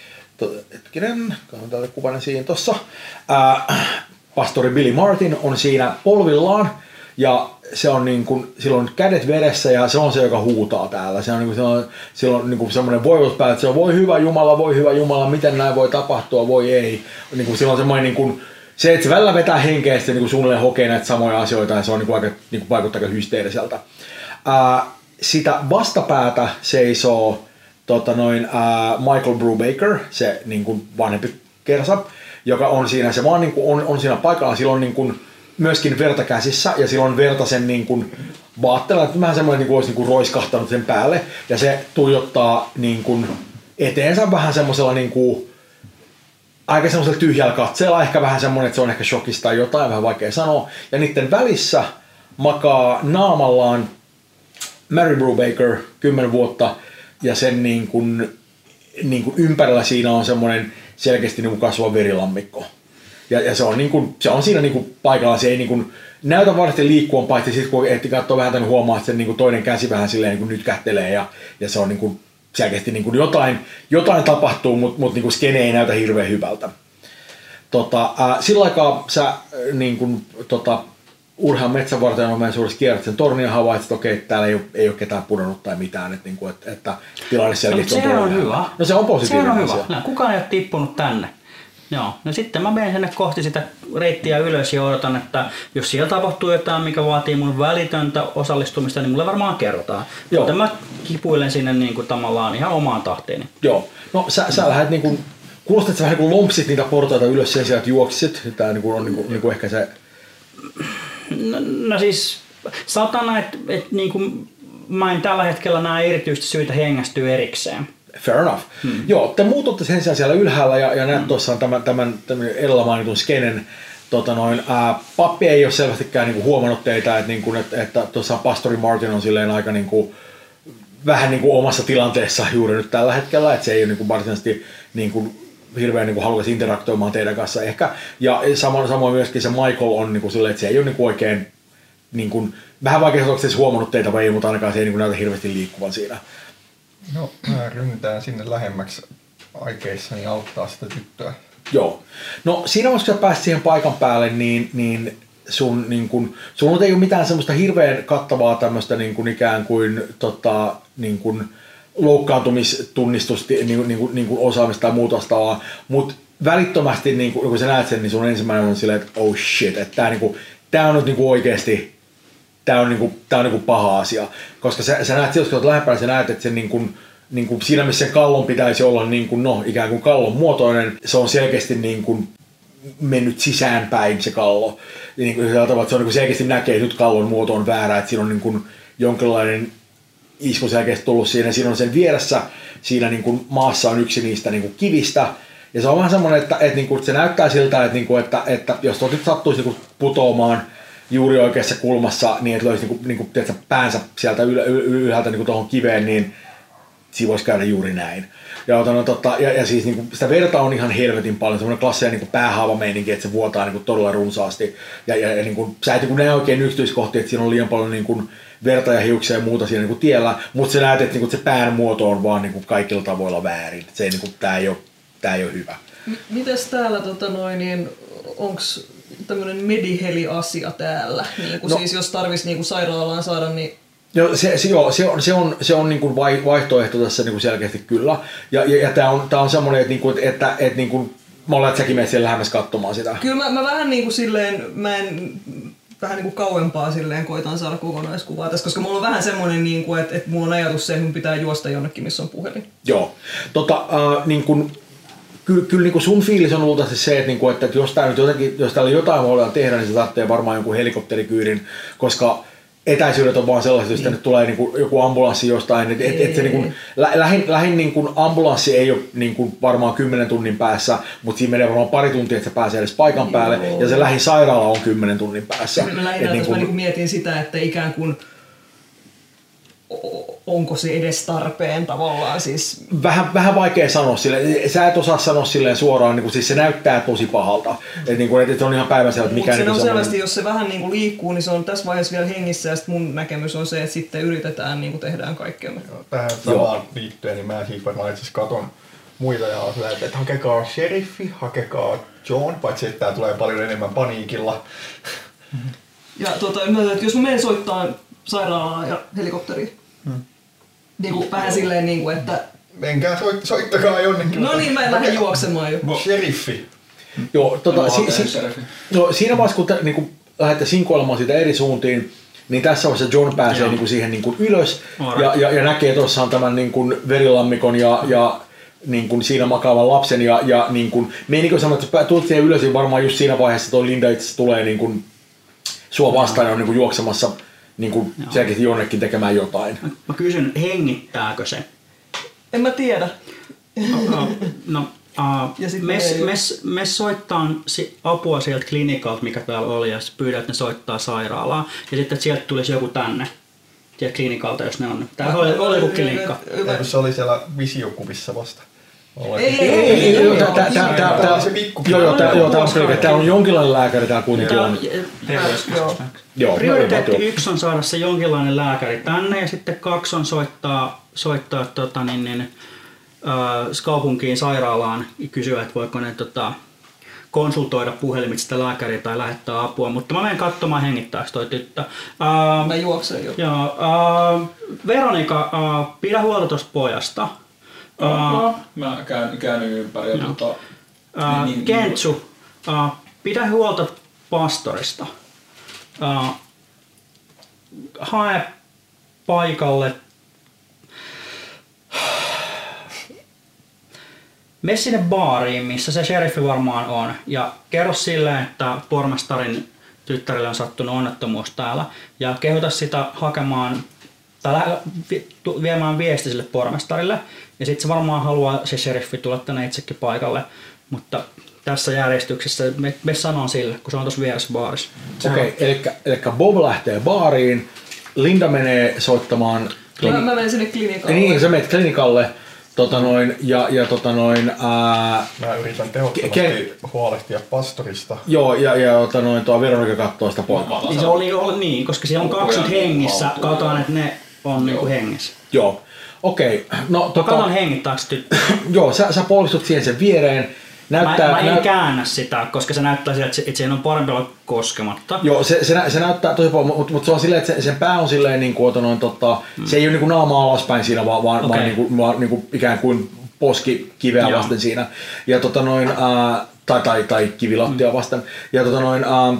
B: Hetkinen, katson täältä kuvainen siinä tossa. Ää, pastori Billy Martin on siinä polvillaan ja se on niin kuin, sillä on kädet vedessä ja se on se, joka huutaa täällä. Se on, niin kuin, se on, sillä on niin kuin semmoinen voivospää, että se on voi hyvä Jumala, voi hyvä Jumala, miten näin voi tapahtua, voi ei. Niin kuin, sillä on semmoinen niin kuin, se, että se välillä vetää henkeä ja sitten niin kuin suunnilleen hokee näitä samoja asioita ja se on niin kuin aika, niin kuin vaikuttaa aika hysteeriseltä. Ää, sitä vastapäätä seisoo tota noin, ää, Michael Brubaker, se niin kuin vanhempi kersa, joka on siinä, se vaan niin kuin on, on siinä paikalla, sillä on niin kuin myöskin verta käsissä ja sillä on verta sen niin kuin vaatteella, että vähän semmoinen niin kuin olisi niin kuin roiskahtanut sen päälle ja se tuijottaa niin kuin eteensä vähän semmoisella niin kuin aika semmoisella tyhjällä katseella, ehkä vähän semmoinen, että se on ehkä shokista tai jotain, vähän vaikea sanoa. Ja niiden välissä makaa naamallaan Mary Brubaker, kymmenen vuotta, ja sen niin kuin, niin kuin ympärillä siinä on semmoinen selkeästi niin kuin kasvava verilammikko. Ja, ja se, on niin kuin, se on siinä niin kuin paikalla, se ei niin kuin näytä varmasti liikkuvan, paitsi sitten kun ehti katsoa vähän, niin huomaa, että sen niin kuin toinen käsi vähän silleen niin kuin nytkähtelee, ja, ja se on niin kuin selkeästi niin kuin jotain, jotain tapahtuu, mutta mut, niin skene ei näytä hirveän hyvältä. Tota, ää, sillä aikaa sä ää, niin kuin, tota, Urhean metsänvartijan on suuressa kierrät sen tornin ja havaitset, että okei, täällä ei ole, ei ole ketään pudonnut tai mitään, että, niin kuin, että, että tilanne selkeästi
E: no,
B: on
E: on hyvä.
B: No se on positiivinen
E: se on
B: asia.
E: hyvä. No, kukaan ei ole tippunut tänne. Joo. No sitten mä menen sinne kohti sitä reittiä ylös ja odotan, että jos siellä tapahtuu jotain, mikä vaatii mun välitöntä osallistumista, niin mulle varmaan kerrotaan.
B: Joo.
E: Mutta mä kipuilen sinne niin kuin tavallaan ihan omaan tahtiini.
B: Joo. No sä, sä lähdet niin kuin, kuulostat, että sä vähän niin kuin lompsit niitä portaita ylös sen sijaan, että juoksit. Tää niin kuin on niin kuin, niin kuin ehkä se...
E: No, no siis sanotaan näin, että, että niin kuin mä en tällä hetkellä näe erityistä syytä hengästyä erikseen.
B: Fair enough. Hmm. Joo, te muututte sen sijaan siellä ylhäällä ja, ja näet hmm. tuossa tämän, tämän, tämän edellä mainitun skenen. Tota noin, ää, pappi ei ole selvästikään niinku huomannut teitä, että niinku, et, että tuossa pastori Martin on silleen aika niinku, vähän niinku omassa tilanteessa juuri nyt tällä hetkellä, että se ei ole niinku varsinaisesti niinku, hirveän niinku halukas interaktoimaan teidän kanssa ehkä. Ja samoin, samoin myöskin se Michael on niinku silleen, että se ei ole niinku oikein, niinku, vähän vaikea sanoa, että se huomannut teitä vai ei, mutta ainakaan se ei niinku näytä hirveästi liikkuvan siinä.
D: No, mä ryntään sinne lähemmäksi aikeissani auttaa sitä tyttöä.
B: Joo. No siinä vaiheessa, kun sä pääsit siihen paikan päälle, niin, niin sun, niin kun, sun ei ole mitään semmoista hirveän kattavaa tämmöistä niin kuin ikään kuin tota, niin kuin loukkaantumistunnistusta, niin, niin, niin kuin osaamista tai muuta vastaavaa, mutta välittömästi niin kun sä näet sen, niin sun ensimmäinen on silleen, että oh shit, että tää, niin kuin, tää on nyt niin kuin oikeasti tää on, niin kuin, tää on niin kuin paha asia, koska sä, sä näet silloin, kun olet lähempänä, sä näet, että sen niin kuin, niin kuin siinä missä sen kallon pitäisi olla niin kuin, no, ikään kuin kallon muotoinen, se on selkeästi niin kuin mennyt sisäänpäin se kallo. Ja niin kuin, se on niin kuin selkeästi näkee, että nyt kallon muoto on väärä, että siinä on niin kuin jonkinlainen isku selkeästi tullut siinä. Siinä on sen vieressä, siinä niin kuin maassa on yksi niistä niin kuin kivistä. Ja se on vähän semmoinen, että, että, niin kuin, että se näyttää siltä, että, niin kuin, että, että jos tuo nyt sattuisi niin kuin putoamaan juuri oikeassa kulmassa, niin että löysi niin kuin, niin kuin, tiedätkö, päänsä sieltä yl, yl, ylhäältä niin tuohon kiveen, niin siinä voisi käydä juuri näin. Ja, otan, tota, ja, ja siis niin kuin, sitä verta on ihan helvetin paljon, semmoinen klassinen niin päähaavameininki, että se vuotaa niin kuin, todella runsaasti. Ja, ja, ja niin kuin, sä et niin näe oikein yksityiskohtia, että siinä on liian paljon niin kuin, verta ja hiuksia ja muuta siinä niin kuin, tiellä, mutta sä näet, että niin kuin, se pään muoto on vaan niin kuin, kaikilla tavoilla väärin. Se ei, niin kuin, tää ei ole, tää ei ole hyvä.
F: M- mites täällä, tota noin, niin onks tämmönen mediheli-asia täällä? Niin kuin
B: No.
F: siis jos tarvis niin kuin sairaalaan saada, niin
B: Joo, se, se, joo, se on, se on, se on niin kuin vaihtoehto tässä niin kuin selkeästi kyllä. Ja, ja, ja tämä on, tää on semmoinen, että, niin kuin, että, että, että niin kuin Mä olen, että säkin menet siellä lähemmäs katsomaan sitä.
F: Kyllä mä, mä vähän niinku silleen, mä en vähän niinku kauempaa silleen koitan saada kokonaiskuvaa tässä, koska mulla on vähän semmoinen, niinku, että, että mulla on ajatus se, että mun pitää juosta jonnekin, missä on puhelin.
B: Joo. Tota, äh, niin kun, kyllä, kyllä niin sun fiilis on luultavasti se, että, niin kun, että jos, tää nyt jotenkin, jos täällä jotain voidaan tehdä, niin se tarvitsee varmaan jonkun helikopterikyydin, koska etäisyydet on vaan sellaiset, jos tänne tulee niinku joku ambulanssi jostain, että et, et se niinku, lä, lähin, lähin niinku ambulanssi ei ole niinku varmaan kymmenen tunnin päässä, mutta siinä menee varmaan pari tuntia, että se pääsee edes paikan päälle, joo. Ja se lähin sairaala on kymmenen tunnin päässä.
F: Mä lähinnä niinku, mä niinku mietin sitä, että ikään kuin onko se edes tarpeen tavallaan siis...
B: Vähän, vähän vaikea sanoa silleen. Sä et osaa sanoa silleen suoraan, niin kuin, siis se näyttää tosi pahalta. Että niin kuin, et on ihan päiväselvä, että mikä...
F: Mutta se
B: niin
F: on selvästi,
B: sellainen...
F: jos se vähän niin kuin liikkuu, niin se on tässä vaiheessa vielä hengissä ja mun näkemys on se, että sitten yritetään, niin kuin tehdään kaikkemme.
D: Tähän samaan liittyen, niin mä siis varmaan itse asiassa katon muita ja on sillä, että hakekaa sheriffi, hakekaa John, paitsi että tää tulee paljon enemmän paniikilla.
F: Ja tuota, että jos mä menen soittaa sairaalaan ja helikopteriin, hmm. niin kuin vähän silleen, niin kuin, että...
D: Menkää soit, soittakaa jonnekin.
F: No niin, mä en lähde juoksemaan jo.
D: Sheriffi.
B: Joo, tota, si, si, no, siinä vaiheessa, kun te niin lähdette sinkoilemaan siitä eri suuntiin, niin tässä vaiheessa John pääsee niin kuin siihen niin kuin ylös ja, ja, ja näkee tuossa on tämän niin kuin verilammikon ja, ja niin kuin siinä makaavan lapsen. Ja, ja niin kuin, me ei niin kuin sanoa, että tulet siihen ylös, niin varmaan just siinä vaiheessa tuo Linda itse tulee niin kuin sua vastaan ja on niin kuin juoksemassa niin kuin selkeästi jonnekin tekemään jotain.
E: Mä kysyn, hengittääkö se?
F: En mä tiedä.
E: No, no uh, me, me, me soittaa apua sieltä klinikalta, mikä täällä oli, ja pyydät, että ne soittaa sairaalaan. Ja sitten että sieltä tulisi joku tänne, sieltä klinikalta, jos ne on. Täällä oli, oli joku klinikka.
D: Eikö se oli siellä visiokuvissa vasta?
F: Ei, ei, ei, ei.
D: Tää on se pikku.
B: Joo, joo, tää on jonkinlainen lääkäri täällä kuitenkin on.
E: Prioriteetti yksi on saada se jonkinlainen lääkäri tänne ja sitten kaksi on soittaa, soittaa tota, niin, niin, äh, kaupunkiin sairaalaan ja kysyä, että voiko ne tota, konsultoida puhelimitse sitä lääkäriä tai lähettää apua. Mutta mä menen katsomaan hengittääks toi tyttö. Äh,
F: mä juoksen jo.
E: Joo, äh, Veronika, äh, pidä huolta tosta pojasta.
C: Uh, mä käyn, käyn ympäri.
E: No.
C: Mutta,
E: uh,
C: niin,
E: Kentsu, uh, pidä huolta pastorista. Uh, hae paikalle. Mene sinne baariin, missä se sheriffi varmaan on. Ja kerro sille, että pormestarin tyttärelle on sattunut onnettomuus täällä. Ja kehuta sitä hakemaan tai viemään viesti sille pormestarille. Ja sitten se varmaan haluaa se sheriffi tulla tänne itsekin paikalle. Mutta tässä järjestyksessä me, me sanon sille, kun se on tuossa vieressä baarissa.
B: Okei, okay, eli Bob lähtee baariin, Linda menee soittamaan...
F: Klini- mä, mä menen sinne klinikalle.
B: Niin, sä menet klinikalle. Tota noin, ja, ja tota noin, ää,
D: mä yritän tehottomasti ke- huolehtia pastorista.
B: Joo, ja, ja tota noin, tuo Veronika katsoo sitä poikaa.
E: Niin se oli, oli niin, koska siellä on kaksi hengissä. Katsotaan, että ne on niinku hengissä.
B: Joo, okei. Okay. No, tota,
E: katon hengittääks tyttö.
B: Joo, sä, sä polistut siihen sen viereen. Näyttää,
E: mä, mä en
B: näyt...
E: käännä sitä, koska se näyttää siltä, että siihen on parempi olla koskematta.
B: Joo, se, se, nä, se näyttää tosi paljon, mutta mut se on silleen, että se, sen pää on silleen, niin kuin, noin, tota, hmm. se ei ole niin kuin naama alaspäin siinä, vaan, vaan, okay. vaan, niin kuin, vaan niin kuin, ikään kuin poskikiveä Joo. vasten siinä. Ja, tota, noin, ää, tai, tai, tai kivilattia hmm. vasten. Ja tota, noin, ää,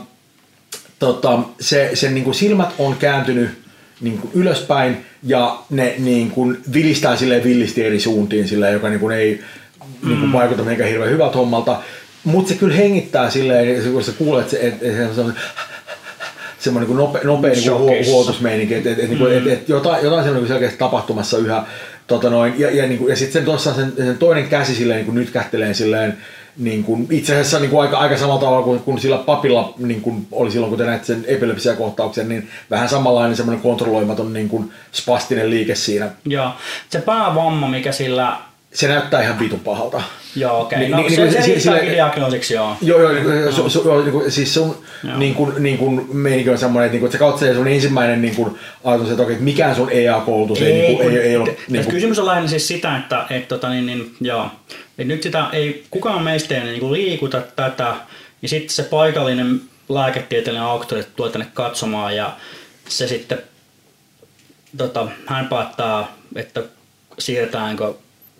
B: tota, se, sen niin kuin silmät on kääntynyt niin kuin ylöspäin ja ne niin kuin vilistää silleen villisti eri suuntiin, silleen, joka niin kuin ei mm. niin kuin vaikuta mihinkään hirveän hyvältä hommalta. Mutta se kyllä hengittää silleen, kun sä kuulet, että se, et, et, se on semmoinen niin nopea, nopea niin kuin huotusmeininki, että et, et, mm. et, et, jotain, jotain semmoinen selkeästi tapahtumassa yhä. Tota noin, ja ja, niin ja sitten tuossa sen, sen toinen käsi silleen, niin kuin nyt kättelee silleen, niin kuin, itse asiassa niin kuin aika, aika samalla tavalla kuin, kuin sillä papilla niin kuin oli silloin, kun te näitte sen epilepsiakohtauksen, niin vähän samanlainen semmoinen kontrolloimaton niin kuin spastinen liike siinä.
E: Joo, se päävamma, mikä sillä...
B: Se näyttää ihan vitun pahalta.
E: Joo, okei. Okay.
B: Ni,
E: No
B: niin,
E: se
B: niin,
E: riittääkin
B: sille,
E: diagnoosiksi, joo.
B: Joo, joo, no. su, su, joo niin, siis sun niin kuin, niin kuin, meininki on semmoinen, että, niin kuin, että sä katsot sun ensimmäinen niin kuin, ajatus, että, että mikään sun E A-koulutus ei, ei, niin kuin, ei, ei ole... Niin kuin...
E: Kysymys on lähinnä siis sitä, että, että, tota, niin, niin, joo, että nyt sitä ei kukaan meistä ei niin kuin liikuta tätä, ja sitten se paikallinen lääketieteellinen auktoriteetti tulee tänne katsomaan, ja se sitten, tota, hän päättää, että siirretäänkö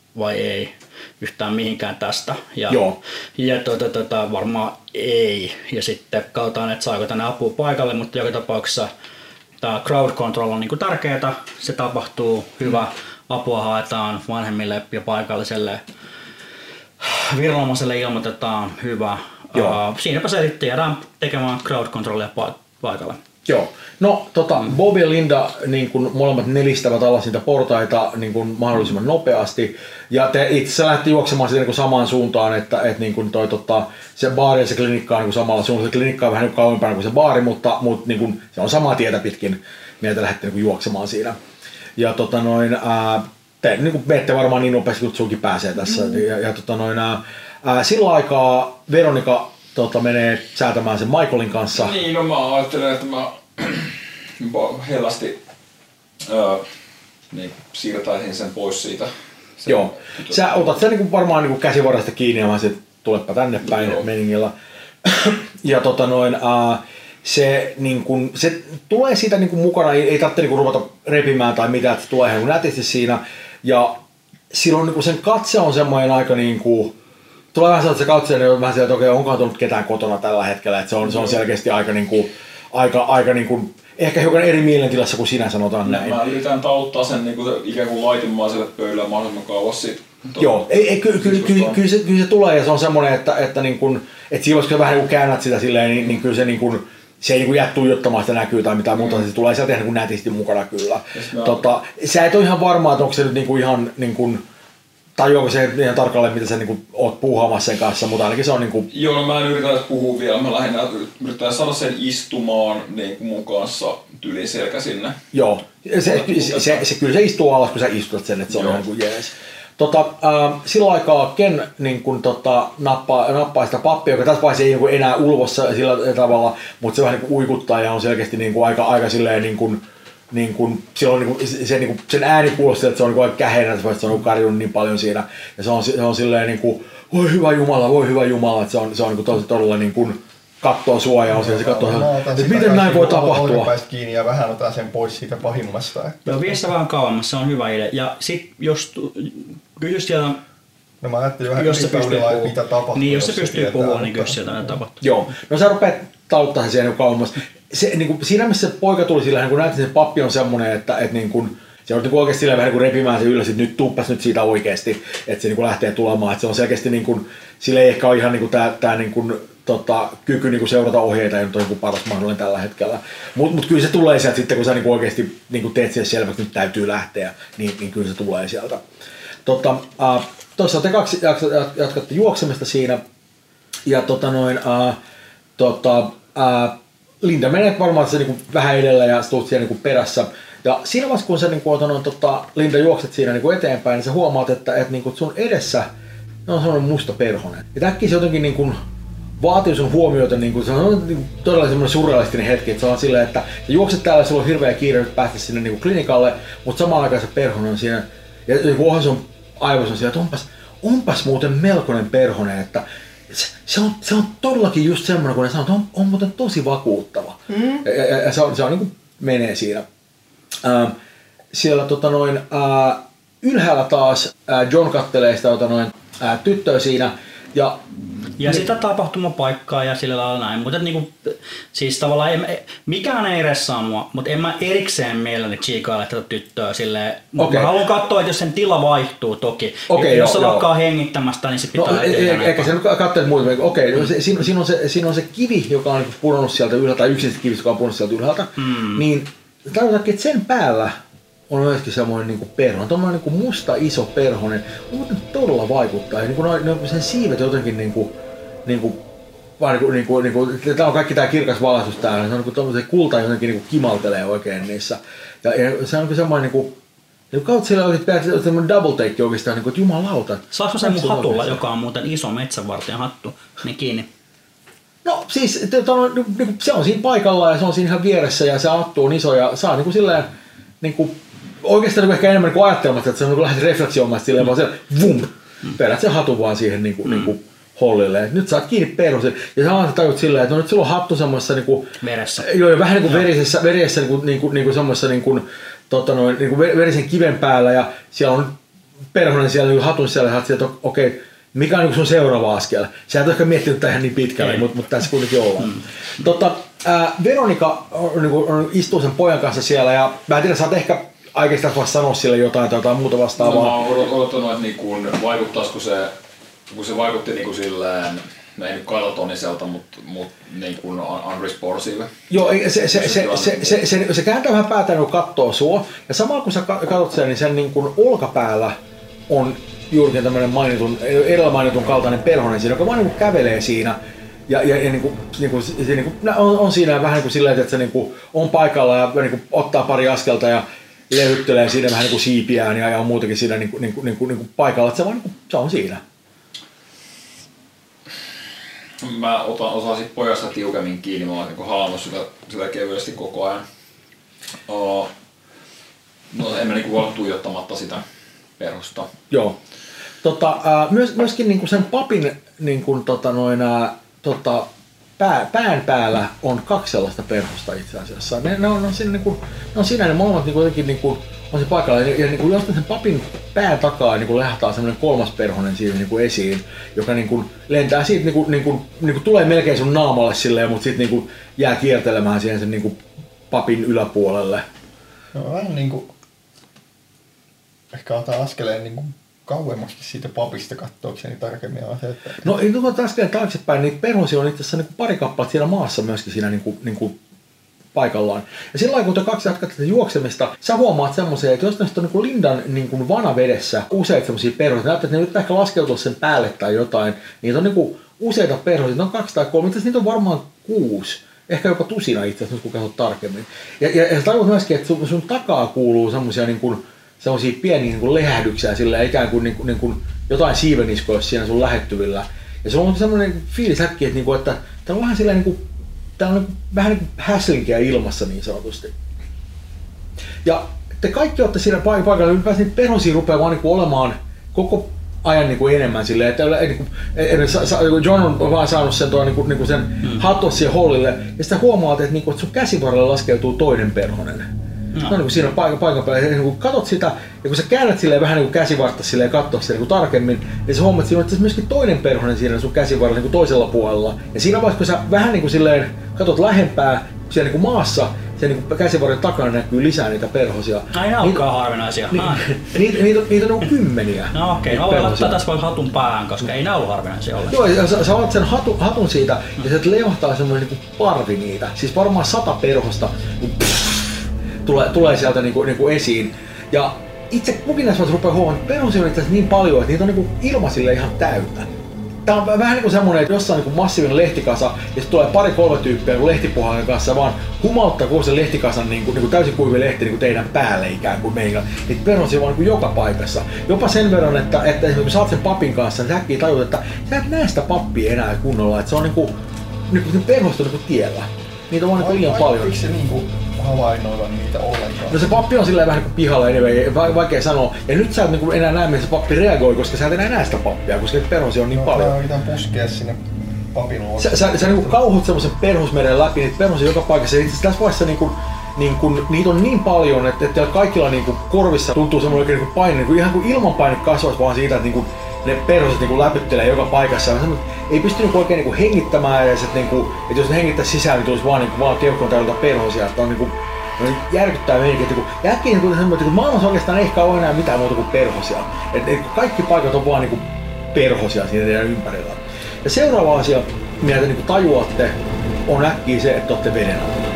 E: vai ei yhtään mihinkään tästä. Ja,
B: Joo.
E: ja tuota, tuota, varmaan ei. Ja sitten katsotaan, että saako tänne apua paikalle, mutta joka tapauksessa tämä crowd control on niin kuin tärkeää. Se tapahtuu, hyvä. Apua haetaan vanhemmille ja paikalliselle viranomaiselle ilmoitetaan, hyvä. Uh, siinäpä se sitten jäädään tekemään crowd controlia paikalle.
B: Joo. No, tota, Bob ja Linda niin kun molemmat nelistävät alas niitä portaita niin kun mahdollisimman nopeasti. Ja te itse asiassa lähti juoksemaan sitten niin samaan suuntaan, että et, niin kun toi, tota, se baari ja se klinikka on niin samalla suunnalla. Se klinikka on vähän niin kauempana kuin se baari, mutta, mutta niin kun, se on samaa tietä pitkin, mitä te lähdette niin juoksemaan siinä. Ja tota noin, ää, te niin kun menette varmaan niin nopeasti, kun sunkin pääsee tässä. Mm. Ja, ja tota noin, ää, sillä aikaa Veronika tota, menee säätämään sen Michaelin kanssa.
C: Niin, no mä ajattelen, että mä hellästi äh, niin, siirtäisin sen pois siitä. Sen
B: Joo. Sä otat sen niin varmaan niin käsivarresta kiinni ja mä sit tulepa tänne päin Joo. meningillä. Ja tota noin, äh, se, niin kun, se tulee siitä niin kun mukana, ei, ei tarvitse niin kun ruveta repimään tai mitään, että se tulee ihan nätisti siinä. Ja silloin niin kun sen katse on semmoinen aika niin kuin, tulee vähän sellainen, että se katse on vähän sieltä, että okei, onkohan tullut ketään kotona tällä hetkellä, että se on, se on selkeästi aika niin kuin, aika, aika niin kuin, ehkä hiukan eri mielentilassa kuin sinä sanotaan näin.
C: Mä yritän tauttaa sen niin kuin, ikään kuin laitinmaiselle pöydälle mahdollisimman kauas siitä.
B: Joo, ei, ei, ky, ky, ky, kyllä, se, kyllä se tulee ja se on semmoinen, että, että, niin kuin, että silloin kun sä vähän niin kuin käännät sitä silleen, niin, niin kyllä se, niin kuin, se ei niin kuin jää tuijottamaan sitä näkyy tai mitään muuta, mm. se tulee sieltä ihan niin kuin nätisti mukana kyllä. Tota, sä et ole ihan varma, että onko se nyt niin kuin ihan, niin kuin, tajuako se ihan tarkalleen, mitä sä niin kuin, oot puuhaamassa sen kanssa, mutta ainakin se on niin kuin...
C: Joo, no mä en yritä puhua vielä, mä lähinnä yritän saada sen istumaan niin kuin mun kanssa tyli selkä sinne.
B: Joo, se, se, se, se, se, kyllä se istuu alas, kun sä istut sen, että se on ihan kuin jees. Tota, äh, sillä aikaa Ken niin kun, tota, nappaa, nappaa sitä pappia, joka tässä vaiheessa ei niin kun, enää ulvossa sillä tavalla, mutta se vähän niin kun, uikuttaa ja on selkeästi niin kun, aika, aika silleen, niin kun, niin kun, silloin, niin kun, se, niin kun, sen ääni kuulosti, että se on niin aika käheinä, että se on karjunut niin paljon siinä. Ja se on, se on silleen, niin kun, voi hyvä Jumala, voi hyvä Jumala, että se on, se on niin kun, tosi todella niin kun, kattoo suojaa, ja se kattoo, että miten näin voi tapahtua.
D: Kiinni ja vähän otan sen pois siitä pahimmasta. Että...
E: Joo, vie sitä vähän kauemmas, se on hyvä idea. Ja sit jos kysy sieltä,
D: no mä ajattelin vähän kripaudilla, että mitä tapahtuu.
E: Niin, jos se pystyy puhumaan, niin kysy sieltä, mitä tapahtuu.
B: Joo, no sä rupeat tauttaa sen siihen kauemmas. Se, niin kuin, siinä missä se poika tuli sillä, kun näet, että se pappi on semmoinen, että, että niin kuin, se on niin kuin oikeasti vähän niin kuin repimään se ylös, että nyt tuppas nyt siitä oikeasti, että se niin kuin lähtee tulemaan. Että se on selkeästi, niin kuin, sillä ei ehkä ole ihan niin kuin tämä, tämä niin kuin, tota, kyky niin kuin seurata ohjeita ja nyt on niin kuin paras mahdollinen tällä hetkellä. Mutta mut kyllä se tulee sieltä sitten, kun sä niin kuin oikeasti niin kuin teet sen selväksi, että nyt täytyy lähteä, niin, niin kyllä se tulee sieltä. Tota, äh, Tuossa te kaksi jatkatte juoksemista siinä ja tota noin, äh, tota, äh, Linda menee varmaan se niinku vähän edellä ja tulet siellä niinku perässä. Ja siinä vaiheessa kun sä niinku, otan, tota, Linda juokset siinä niinku eteenpäin, niin sä huomaat, että et, niinku, sun edessä on sellainen musta perhonen. Ja äkkiä se jotenkin niinku, vaatii sun huomiota, niinku, se on niinku, todella semmoinen surrealistinen hetki. Että se on silleen, että sä juokset täällä ja sulla on hirveä kiire nyt päästä sinne niinku, klinikalle, mutta samaan aikaan se perhonen on siinä. Ja niinku, ohjaa sun aivoissa on siellä, että onpas, onpas muuten melkoinen perhonen, että se, se, on, se on todellakin just semmoinen, kun ne sanoo, että on, on muuten tosi vakuuttava. Mm. Ja, ja, ja se on, se on niin kuin menee siinä. Ää, siellä tota noin, ää, ylhäällä taas ää, John kattelee sitä tota noin, ää, tyttöä siinä. Ja,
E: ja sitä tapahtumapaikkaa ja sillä lailla näin. Mutta niinku, siis tavallaan en, mikään ei ressaa mua, mutta en mä erikseen mielelläni tsiikaile tätä tyttöä silleen. Okay. Mä haluan katsoa, että jos sen tila vaihtuu toki. Okay, jos se lakkaa hengittämästä, niin se pitää...
B: No, eikä se nyt katsoa muuta. Okei, okay, siinä, siinä, on se, siinä on se kivi, joka on pudonnut sieltä ylhäältä, tai yksistä kivistä, joka on pudonnut sieltä ylhäältä. Mm. Niin tarkoitatkin, että sen päällä on myöskin semmoinen niinku perhonen, tommoinen niinku musta iso perhonen, mutta todella vaikuttaa. Ja niinku no, no, sen siivet jotenkin niinku, niinku, vaan niinku, niinku, niinku, tää on kaikki tää kirkas valaistus täällä, se on niinku tommoinen kulta jotenkin niinku kimaltelee oikein niissä. Ja, ja se on niinku semmoinen niinku, niinku kautta sillä oikein päätä semmoinen double take oikeastaan, niinku, että jumalauta.
E: Saanko sen mun hatulla, joka on muuten iso metsänvartijan hattu, niin kiinni?
B: No siis se on siinä paikalla ja se on siinä ihan vieressä ja se hattu on iso ja saa niinku silleen niinku oikeastaan niin ehkä enemmän kuin ajattelematta, että se on niin lähes refleksioimasta silleen, vaan se vum, perät sen hatun vaan siihen niin kuin, mm. niin kuin hollille. Et nyt saat kiinni perhosen ja sä aina tajut silleen, että no nyt sulla on hattu semmoisessa niin kuin,
E: veressä.
B: Joo, vähän niin kuin verisessä, verisessä niin kuin, niin kuin, niin kuin semmoisessa niin kuin, tota noin, niin kuin verisen kiven päällä ja siellä on perhonen siellä niin hatun siellä, että okei, okay, mikä on niin sun seuraava askel? Sä et ole ehkä miettinyt tähän niin pitkälle, mutta, mutta tässä kuitenkin ollaan. Mm. Tota, ää, Veronika on, niin kuin, on, istuu sen pojan kanssa siellä ja mä en tiedä, sä oot ehkä oikeastaan voisi sanoa sille jotain tai jotain muuta vastaavaa.
C: No, mä oon odottanut, että niin vaikuttaisiko se, kun se vaikutti niin kuin silleen, no ei nyt katatoniselta, mutta mut, niin kuin unresponsive.
B: Joo, se, se, se, se, se, se, se kääntää vähän päätä, kun katsoo sua. Ja samalla kun sä katsot sen, niin sen niin kuin olkapäällä on juurikin tämmöinen mainitun, edellä mainitun kaltainen perhonen siinä, joka vaan niin kuin kävelee siinä. Ja, ja, ja niin kuin, niin kuin, se, niin kuin, on, on siinä vähän niin kuin silleen, että se niin kuin on paikalla ja niin kuin ottaa pari askelta ja levyttelee siinä vähän niin kuin siipiään ja, ja on muutenkin siinä niin kuin, niin kuin, niin kuin, niin kuin paikalla, että se, vaan, niin kuin, se on siinä.
C: Mä otan osaa sit pojasta tiukemmin kiinni, mä oon niin halannut sitä, sitä kevyesti koko ajan. Oh, no en mä niin voi tuijottamatta sitä perhosta.
B: Joo. Tota, äh, myös, myöskin niin kuin sen papin niin kuin, tota, noin, äh, tota, pää, pään päällä on kaksi sellaista perhosta itse asiassa. Ne, ne, on, ne, on, siinä, niin kuin, ne on siinä ne molemmat niin kuin, jotenkin niin kuin, on se paikalla. Ja, ja niin kuin, jostain sen papin pään takaa niin kuin lähtää semmoinen kolmas perhonen siinä niin kuin esiin, joka niin kuin, lentää siitä, niin kuin, niin kuin, niin kuin, tulee melkein sun naamalle silleen, mutta sitten niin kuin, jää kiertelemään siihen sen niin kuin, papin yläpuolelle.
D: No vähän niin kuin, ehkä ottaa askeleen niin kuin kauemmaskin siitä papista katsoakseni tarkemmin on se, että...
B: No ei tuota askeleen taaksepäin, niin perhosia on itse asiassa niin pari kappaletta siellä maassa myöskin siinä niin kuin, niin kuin paikallaan. Ja sillä kun te kaksi jatkatte juoksemista, sä huomaat semmoisia, että jos näistä on niin kuin Lindan niin kuin vanavedessä useita semmoisia perhosia, näyttää, että ne nyt ehkä laskeutua sen päälle tai jotain, niitä on niin kuin useita perhosia, ne on kaksi tai kolme, itse niitä on varmaan kuusi, ehkä jopa tusina itse asiassa, kun katsot tarkemmin. Ja, ja, ja sä tajuat myöskin, että sun, sun takaa kuuluu semmoisia niin kuin sellaisia pieniä niin kuin lehähdyksiä sillä ikään kuin, niin kuin, niin kuin jotain siiveniskoja olisi siinä sun lähettyvillä. Ja se on semmoinen fiilis äkkiä, että, niin kuin, että tää on vähän silleen niin kuin, tää on niin kuin, vähän niin kuin häslinkiä ilmassa niin sanotusti. Ja te kaikki olette siinä paikalla, ylipäätään niitä perhosia rupeaa vaan niin kuin olemaan koko ajan niin kuin enemmän silleen, että niin kuin, John on vaan saanut sen, tuon, niin kuin, niin kuin sen mm. haton siihen hollille, ja sitten huomaat, että, niin kuin, että sun käsivarrelle laskeutuu toinen perhonen. No. No, niin kuin siinä paikan, paikan päällä, ja kun katot sitä, ja kun sä käännät silleen vähän niin kuin käsivartta silleen ja katsot sitä niin kuin tarkemmin, niin sä huomaat, että siinä on myöskin toinen perhonen siinä sun käsivarrella niin kuin toisella puolella. Ja siinä vaiheessa, kun sä vähän niin kuin silleen katot lähempää, siellä niin kuin maassa, se niin kuin käsivarren takana näkyy lisää niitä perhosia.
E: Ai nää onkaan harvinaisia.
B: Ni, niitä, niitä, niitä on kymmeniä.
E: No okei, okay. No laittaa tässä vaan hatun päähän, koska ei nää ole harvinaisia ollenkaan.
B: Joo, ja sä, sä otat sen hatun, hatun siitä, ja sieltä lehottaa semmoinen niin kuin parvi niitä. Siis varmaan sata perhosta. Tulee, tulee sieltä niinku, niinku esiin. Ja itse kukin näissä rupeaa huomaamaan, että perhosia on itse asiassa niin paljon, että niitä on niinku ilmasille ihan täynnä. Tää on vähän niinku semmonen, että jossain niinku massiivinen lehtikasa, ja sitten tulee pari-kolme tyyppiä niinku lehtipohjan kanssa, vaan humauttaa koko sen lehtikasan niinku, niinku täysin kuivi lehti niinku teidän päälle ikään kuin meillä. Niitä perhosia on niinku joka paikassa. Jopa sen verran, että, että esimerkiksi kun sä oot sen papin kanssa, niin sä äkkiä tajut, että sä et näe sitä pappia enää kunnolla, että se on niinku, niinku perhosta niinku tiellä. Niitä on vaan niinku liian paljon.
D: Miksi se niinku havainnoida niitä ollenkaan?
B: No se pappi on silleen vähän kuin pihalla anyway, vaikea sanoa. Ja nyt sä et niinku enää näe, miten se pappi reagoi, koska sä et enää näe sitä pappia, koska niitä perhosia on niin
D: no,
B: paljon.
D: No yritän puskea sinne papin luo.
B: Sä, sä, sä niinku kauhut semmosen perhosmeren läpi, niitä perhosia joka paikassa. Ja itse asiassa tässä vaiheessa niinku, niinku, niitä on niin paljon, että, että kaikilla niinku korvissa tuntuu semmoinen oikein niinku paine, niinku, ihan kuin ilmanpaine kasvaisi vaan siitä, että niinku, ne perhoset niinku läpyttelee joka paikassa. Ei pysty niinku oikein niinku hengittämään edes, että, niinku, että jos ne hengittäisi sisään, niin tulisi vaan, niinku, vaan keuhkoon täydeltä perhosia. Että on niinku, no, järkyttää meininki, että niinku, äkkiä tuli semmoinen, että maailmassa oikeastaan ei ehkä ole enää mitään muuta kuin perhosia. Et, et kaikki paikat on vaan niinku perhosia siinä teidän ympärillä. Ja seuraava asia, mitä te niinku tajuatte, on äkkiä se, että olette veden alla.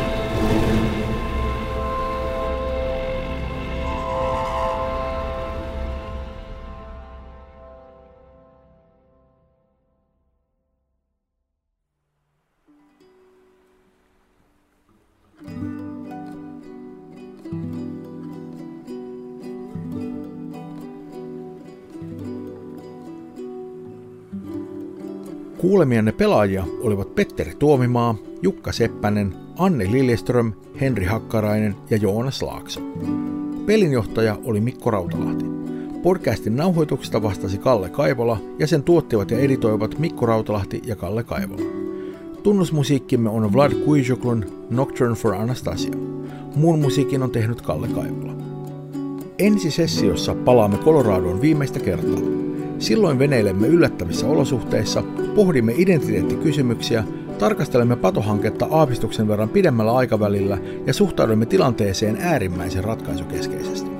B: Kuulemianne pelaajia olivat Petteri Tuomimaa, Jukka Seppänen, Anni Liljeström, Henri Hakkarainen ja Joonas Laakso. Pelinjohtaja oli Mikko Rautalahti. Podcastin nauhoituksesta vastasi Kalle Kaivola ja sen tuottivat ja editoivat Mikko Rautalahti ja Kalle Kaivola. Tunnusmusiikkimme on Vlad Kuijuklun Nocturne for Anastasia. Muun musiikin on tehnyt Kalle Kaivola.
A: Ensi sessiossa palaamme Coloradoon viimeistä kertaa. Silloin veneilemme yllättävissä olosuhteissa, pohdimme identiteettikysymyksiä, tarkastelemme patohanketta aavistuksen verran pidemmällä aikavälillä ja suhtaudumme tilanteeseen äärimmäisen ratkaisukeskeisesti.